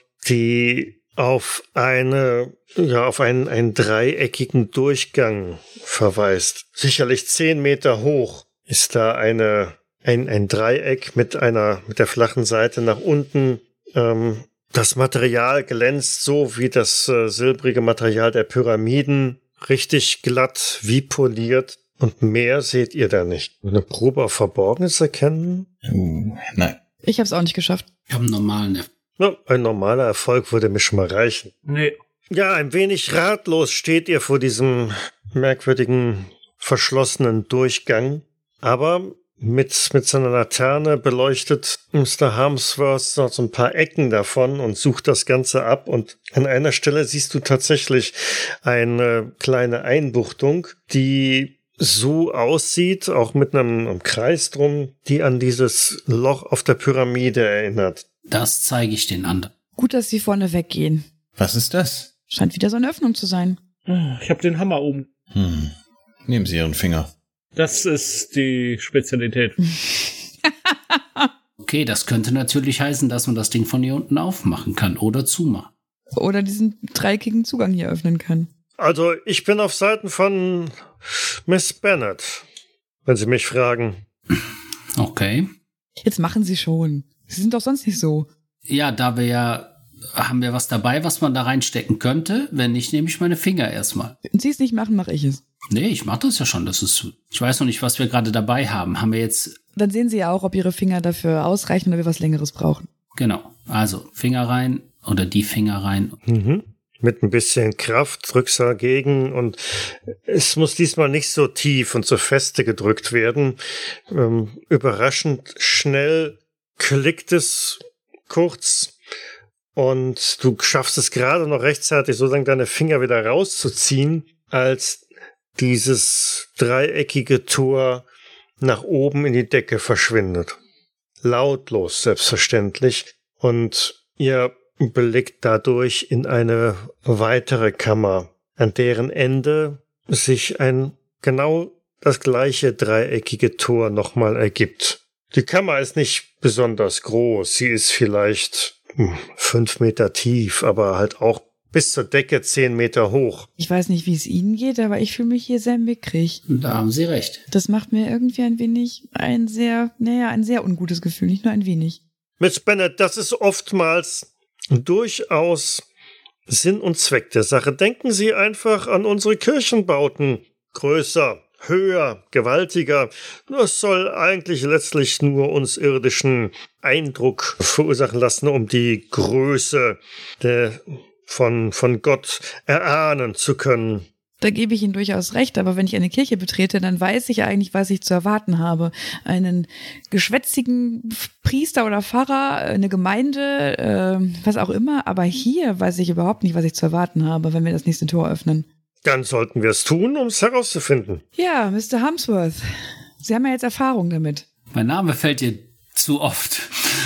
die auf eine, ja, auf einen, einen dreieckigen Durchgang verweist. Sicherlich zehn Meter hoch ist da eine, ein, ein Dreieck mit einer, mit der flachen Seite nach unten. Ähm, das Material glänzt so wie das äh, silbrige Material der Pyramiden, richtig glatt, wie poliert. Und mehr seht ihr da nicht. Eine Probe auf Verborgenes erkennen? Uh, nein. Ich hab's auch nicht geschafft. Ich habe einen normalen. Ne? Ja, ein normaler Erfolg würde mir schon mal reichen. Nee. Ja, ein wenig ratlos steht ihr vor diesem merkwürdigen, verschlossenen Durchgang. Aber mit, mit seiner Laterne beleuchtet Mister Harmsworth noch so ein paar Ecken davon und sucht das Ganze ab. Und an einer Stelle siehst du tatsächlich eine kleine Einbuchtung, die so aussieht, auch mit einem, einem Kreis drum, die an dieses Loch auf der Pyramide erinnert. Das zeige ich den anderen. Gut, dass sie vorne weggehen. Was ist das? Scheint wieder so eine Öffnung zu sein. Ich habe den Hammer oben. Hm. Nehmen Sie Ihren Finger. Das ist die Spezialität. Okay, das könnte natürlich heißen, dass man das Ding von hier unten aufmachen kann oder zumachen. Oder diesen dreieckigen Zugang hier öffnen kann. Also, ich bin auf Seiten von Miss Bennet, wenn Sie mich fragen. Okay. Jetzt machen Sie schon. Sie sind doch sonst nicht so. Ja, da wir ja, haben wir was dabei, was man da reinstecken könnte? Wenn nicht, nehme ich meine Finger erstmal. Wenn Sie es nicht machen, mache ich es. Nee, ich mache das ja schon. Das ist, ich weiß noch nicht, was wir gerade dabei haben. Haben wir jetzt... Dann sehen Sie ja auch, ob Ihre Finger dafür ausreichen oder wir was Längeres brauchen. Genau. Also, Finger rein oder die Finger rein. Mhm. Mit ein bisschen Kraft drückst du dagegen und es muss diesmal nicht so tief und so feste gedrückt werden. Ähm, überraschend schnell klickt es kurz und du schaffst es gerade noch rechtzeitig, sozusagen deine Finger wieder rauszuziehen, als dieses dreieckige Tor nach oben in die Decke verschwindet. Lautlos, selbstverständlich. Und ihr blickt dadurch in eine weitere Kammer, an deren Ende sich ein genau das gleiche dreieckige Tor nochmal ergibt. Die Kammer ist nicht besonders groß, sie ist vielleicht hm, fünf Meter tief, aber halt auch bis zur Decke zehn Meter hoch. Ich weiß nicht, wie es Ihnen geht, aber ich fühle mich hier sehr mickrig. Da haben Sie recht. Das macht mir irgendwie ein wenig ein sehr, naja, ein sehr ungutes Gefühl, nicht nur ein wenig. Miss Bennet, das ist oftmals durchaus Sinn und Zweck der Sache. Denken Sie einfach an unsere Kirchenbauten. Größer, höher, gewaltiger. Das soll eigentlich letztlich nur uns irdischen Eindruck verursachen lassen, um die Größe der, von, von Gott erahnen zu können. Da gebe ich Ihnen durchaus recht, aber wenn ich eine Kirche betrete, dann weiß ich eigentlich, was ich zu erwarten habe. Einen geschwätzigen Priester oder Pfarrer, eine Gemeinde, äh, was auch immer. Aber hier weiß ich überhaupt nicht, was ich zu erwarten habe, wenn wir das nächste Tor öffnen. Dann sollten wir es tun, um es herauszufinden. Ja, Mister Harmsworth, Sie haben ja jetzt Erfahrung damit. Mein Name fällt dir zu oft.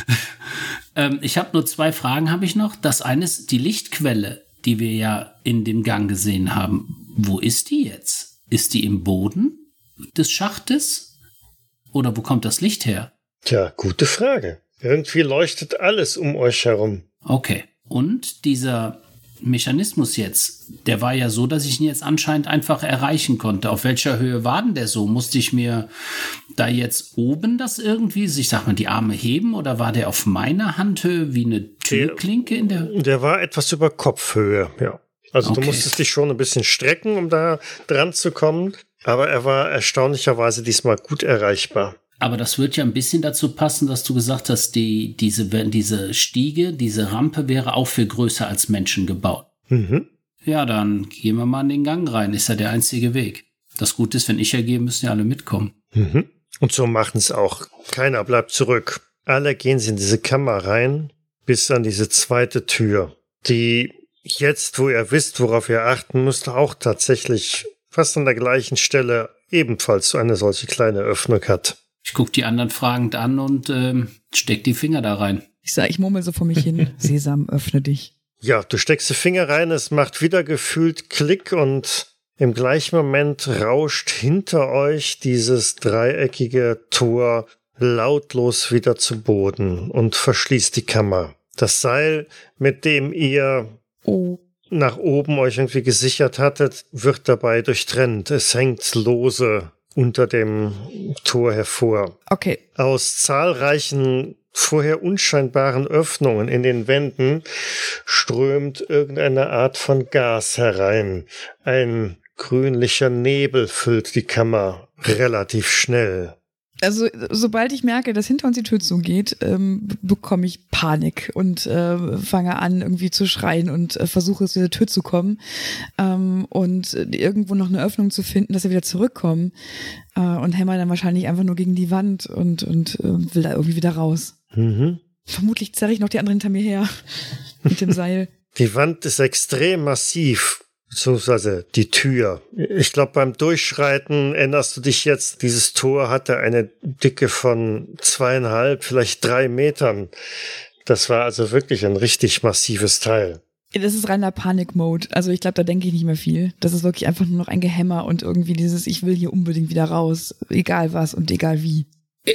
ähm, ich habe nur zwei Fragen, habe ich noch. Das eine ist die Lichtquelle, die wir ja in dem Gang gesehen haben. Wo ist die jetzt? Ist die im Boden des Schachtes? Oder wo kommt das Licht her? Tja, gute Frage. Irgendwie leuchtet alles um euch herum. Okay. Und dieser Mechanismus jetzt, der war ja so, dass ich ihn jetzt anscheinend einfach erreichen konnte. Auf welcher Höhe war denn der so? Musste ich mir da jetzt oben das irgendwie, ich sag mal, die Arme heben oder war der auf meiner Handhöhe wie eine Türklinke in der? Der war etwas über Kopfhöhe, ja. Also okay. Du musstest dich schon ein bisschen strecken, um da dran zu kommen, aber er war erstaunlicherweise diesmal gut erreichbar. Aber das wird ja ein bisschen dazu passen, dass du gesagt hast, die, diese, diese Stiege, diese Rampe wäre auch für größer als Menschen gebaut. Mhm. Ja, dann gehen wir mal in den Gang rein, ist ja der einzige Weg. Das Gute ist, wenn ich ja gehe, müssen ja alle mitkommen. Mhm. Und so machen es auch. Keiner bleibt zurück. Alle gehen sie in diese Kammer rein, bis an diese zweite Tür, die jetzt, wo ihr wisst, worauf ihr achten müsst, auch tatsächlich fast an der gleichen Stelle ebenfalls so eine solche kleine Öffnung hat. Ich gucke die anderen fragend an und ähm, steck die Finger da rein. Ich sag, ich murmel so vor mich hin. Sesam, öffne dich. Ja, du steckst die Finger rein, es macht wieder gefühlt Klick und im gleichen Moment rauscht hinter euch dieses dreieckige Tor lautlos wieder zu Boden und verschließt die Kammer. Das Seil, mit dem ihr oh. nach oben euch irgendwie gesichert hattet, wird dabei durchtrennt. Es hängt lose unter dem Tor hervor. Okay. Aus zahlreichen vorher unscheinbaren Öffnungen in den Wänden strömt irgendeine Art von Gas herein. Ein grünlicher Nebel füllt die Kammer relativ schnell. Also sobald ich merke, dass hinter uns die Tür zugeht, ähm, bekomme ich Panik und äh, fange an irgendwie zu schreien und äh, versuche aus dieser Tür zu kommen ähm, und äh, irgendwo noch eine Öffnung zu finden, dass wir wieder zurückkommen äh, und hämmer dann wahrscheinlich einfach nur gegen die Wand und, und äh, will da irgendwie wieder raus. Mhm. Vermutlich zerre ich noch die anderen hinter mir her mit dem Seil. Die Wand ist extrem massiv. Beziehungsweise die Tür. Ich glaube, beim Durchschreiten erinnerst du dich jetzt, dieses Tor hatte eine Dicke von zweieinhalb, vielleicht drei Metern. Das war also wirklich ein richtig massives Teil. Das ist reiner Panik-Mode. Also ich glaube, da denke ich nicht mehr viel. Das ist wirklich einfach nur noch ein Gehämmer und irgendwie dieses, ich will hier unbedingt wieder raus. Egal was und egal wie.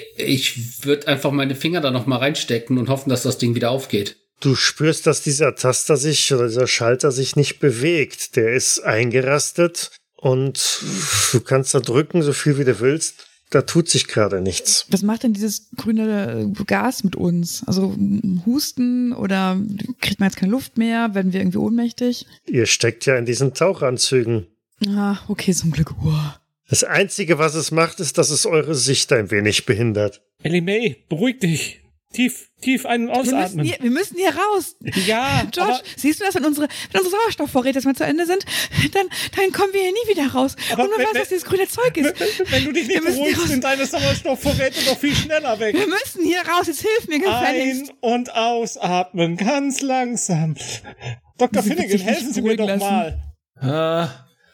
Ich würde einfach meine Finger da noch mal reinstecken und hoffen, dass das Ding wieder aufgeht. Du spürst, dass dieser Taster sich oder dieser Schalter sich nicht bewegt. Der ist eingerastet und du kannst da drücken, so viel wie du willst. Da tut sich gerade nichts. Was macht denn dieses grüne Gas mit uns? Also Husten oder kriegt man jetzt keine Luft mehr? Werden wir irgendwie ohnmächtig? Ihr steckt ja in diesen Tauchanzügen. Ah, okay, zum Glück. Uah. Das Einzige, was es macht, ist, dass es eure Sicht ein wenig behindert. Ellie May, beruhig dich. Tief, tief ein- und ausatmen. Wir müssen hier, wir müssen hier raus. Ja, George, aber siehst du das, wenn unsere, wenn unsere Sauerstoffvorräte jetzt mal zu Ende sind, dann, dann kommen wir hier nie wieder raus. Aber und man wenn- weiß, wenn- was dieses grüne Zeug ist. wenn, wenn du dich Wir nicht müssen hier beruhigst, raus. sind deine Sauerstoffvorräte doch viel schneller weg. Wir müssen hier raus, jetzt hilf mir gefälligst. Ein- und ausatmen, ganz langsam. Doktor Sie wird Finnegan, sich helfen nicht Sie mir doch beruhigen mal.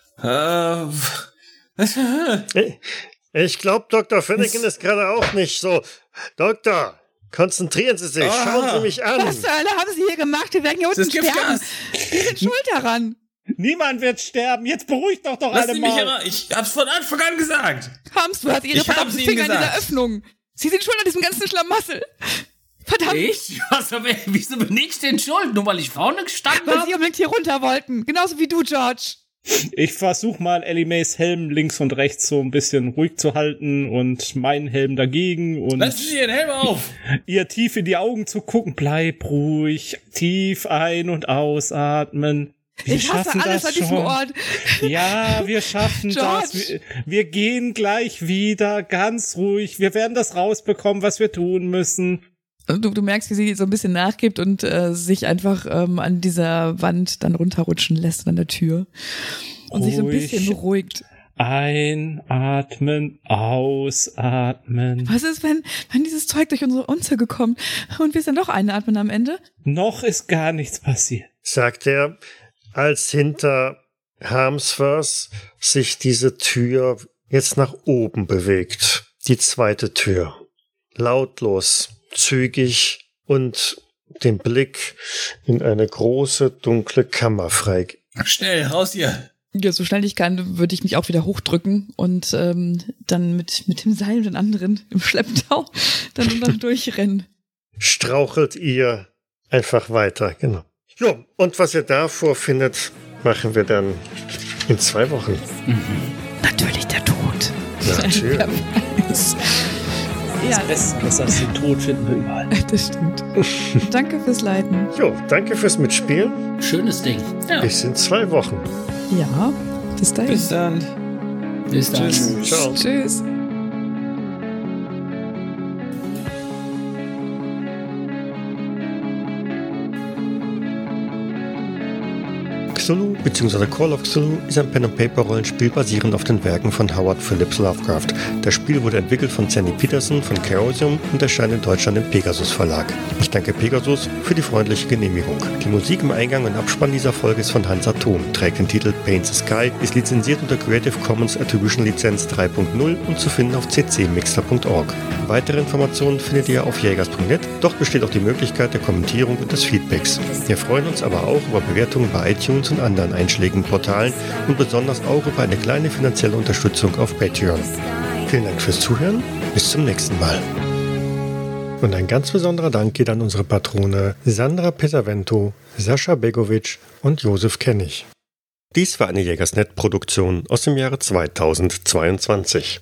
Äh, äh, Ich glaube, Doktor Finnegan ist gerade auch nicht so. Doktor, konzentrieren Sie sich, Ah. schauen Sie mich an. Was zur Hölle haben Sie hier gemacht? Wir werden hier unten das sterben. Giftgas. Sie sind schuld daran. Niemand wird sterben. Jetzt beruhigt doch doch Lass alle Sie mich mal. heran. Ich hab's von Anfang an gesagt. Kommst du, hast Ihre Ich hab's verdammten Ihnen Finger in dieser gesagt. Öffnung. Sie sind schuld an diesem ganzen Schlamassel. Verdammt, Ich? Was, aber wieso bin ich denn schuld? Nur weil ich vorne gestanden weil habe? Sie unbedingt hier runter wollten. Genauso wie du, George. Ich versuche mal Ellie Mays Helm links und rechts so ein bisschen ruhig zu halten und meinen Helm dagegen und Lassen Sie Ihren Helm auf. ihr tief in die Augen zu gucken. Bleib ruhig, tief ein- und ausatmen. Wir Ich hasse schaffen alles das an diesem schon. Ort. Ja, wir schaffen George. das. Wir, wir gehen gleich wieder, ganz ruhig. Wir werden das rausbekommen, was wir tun müssen. Du, du merkst, wie sie so ein bisschen nachgibt und äh, sich einfach ähm, an dieser Wand dann runterrutschen lässt an der Tür. Und sich so ein Ruhig. bisschen beruhigt. Einatmen, ausatmen. Was ist, wenn, wenn dieses Zeug durch unsere Unzüge kommt und wir es dann doch einatmen am Ende? Noch ist gar nichts passiert. Sagt er, als hinter Harmsworth sich diese Tür jetzt nach oben bewegt. Die zweite Tür. Lautlos, zügig und den Blick in eine große, dunkle Kammer freigeben. Schnell, raus hier. Ja, so schnell ich kann, würde ich mich auch wieder hochdrücken und ähm, dann mit, mit dem Seil und den anderen im Schlepptau dann noch durchrennen. Strauchelt ihr einfach weiter, genau. Jo, und was ihr da vorfindet, machen wir dann in zwei Wochen. Natürlich der Tod. Natürlich. Wer weiß. Ja. Das Beste, das heißt, den Tod finden wir überall. Das stimmt. Danke fürs Leiten. Jo, danke fürs Mitspielen. Schönes Ding. Ja. Bis in zwei Wochen. Ja, bis dahin. Bis dann. Bis dann. Tschüss. Ciao. Tschüss. Cthulhu bzw. Call of Cthulhu ist ein Pen-and-Paper-Rollenspiel basierend auf den Werken von Howard Phillips Lovecraft. Das Spiel wurde entwickelt von Sandy Peterson von Chaosium und erscheint in Deutschland im Pegasus Verlag. Ich danke Pegasus für die freundliche Genehmigung. Die Musik im Eingang und Abspann dieser Folge ist von Hans Atom, trägt den Titel Paint the Sky, ist lizenziert unter Creative Commons Attribution Lizenz drei punkt null und zu finden auf c c mixter punkt org. Weitere Informationen findet ihr auf jägers punkt net, dort besteht auch die Möglichkeit der Kommentierung und des Feedbacks. Wir freuen uns aber auch über Bewertungen bei iTunes und anderen einschlägigen Portalen und besonders auch über eine kleine finanzielle Unterstützung auf Patreon. Vielen Dank fürs Zuhören, bis zum nächsten Mal. Und ein ganz besonderer Dank geht an unsere Patrone Sandra Pesavento, Sascha Begovic und Josef Kennig. Dies war eine Jägersnet-Produktion aus dem Jahre zweitausendzweiundzwanzig.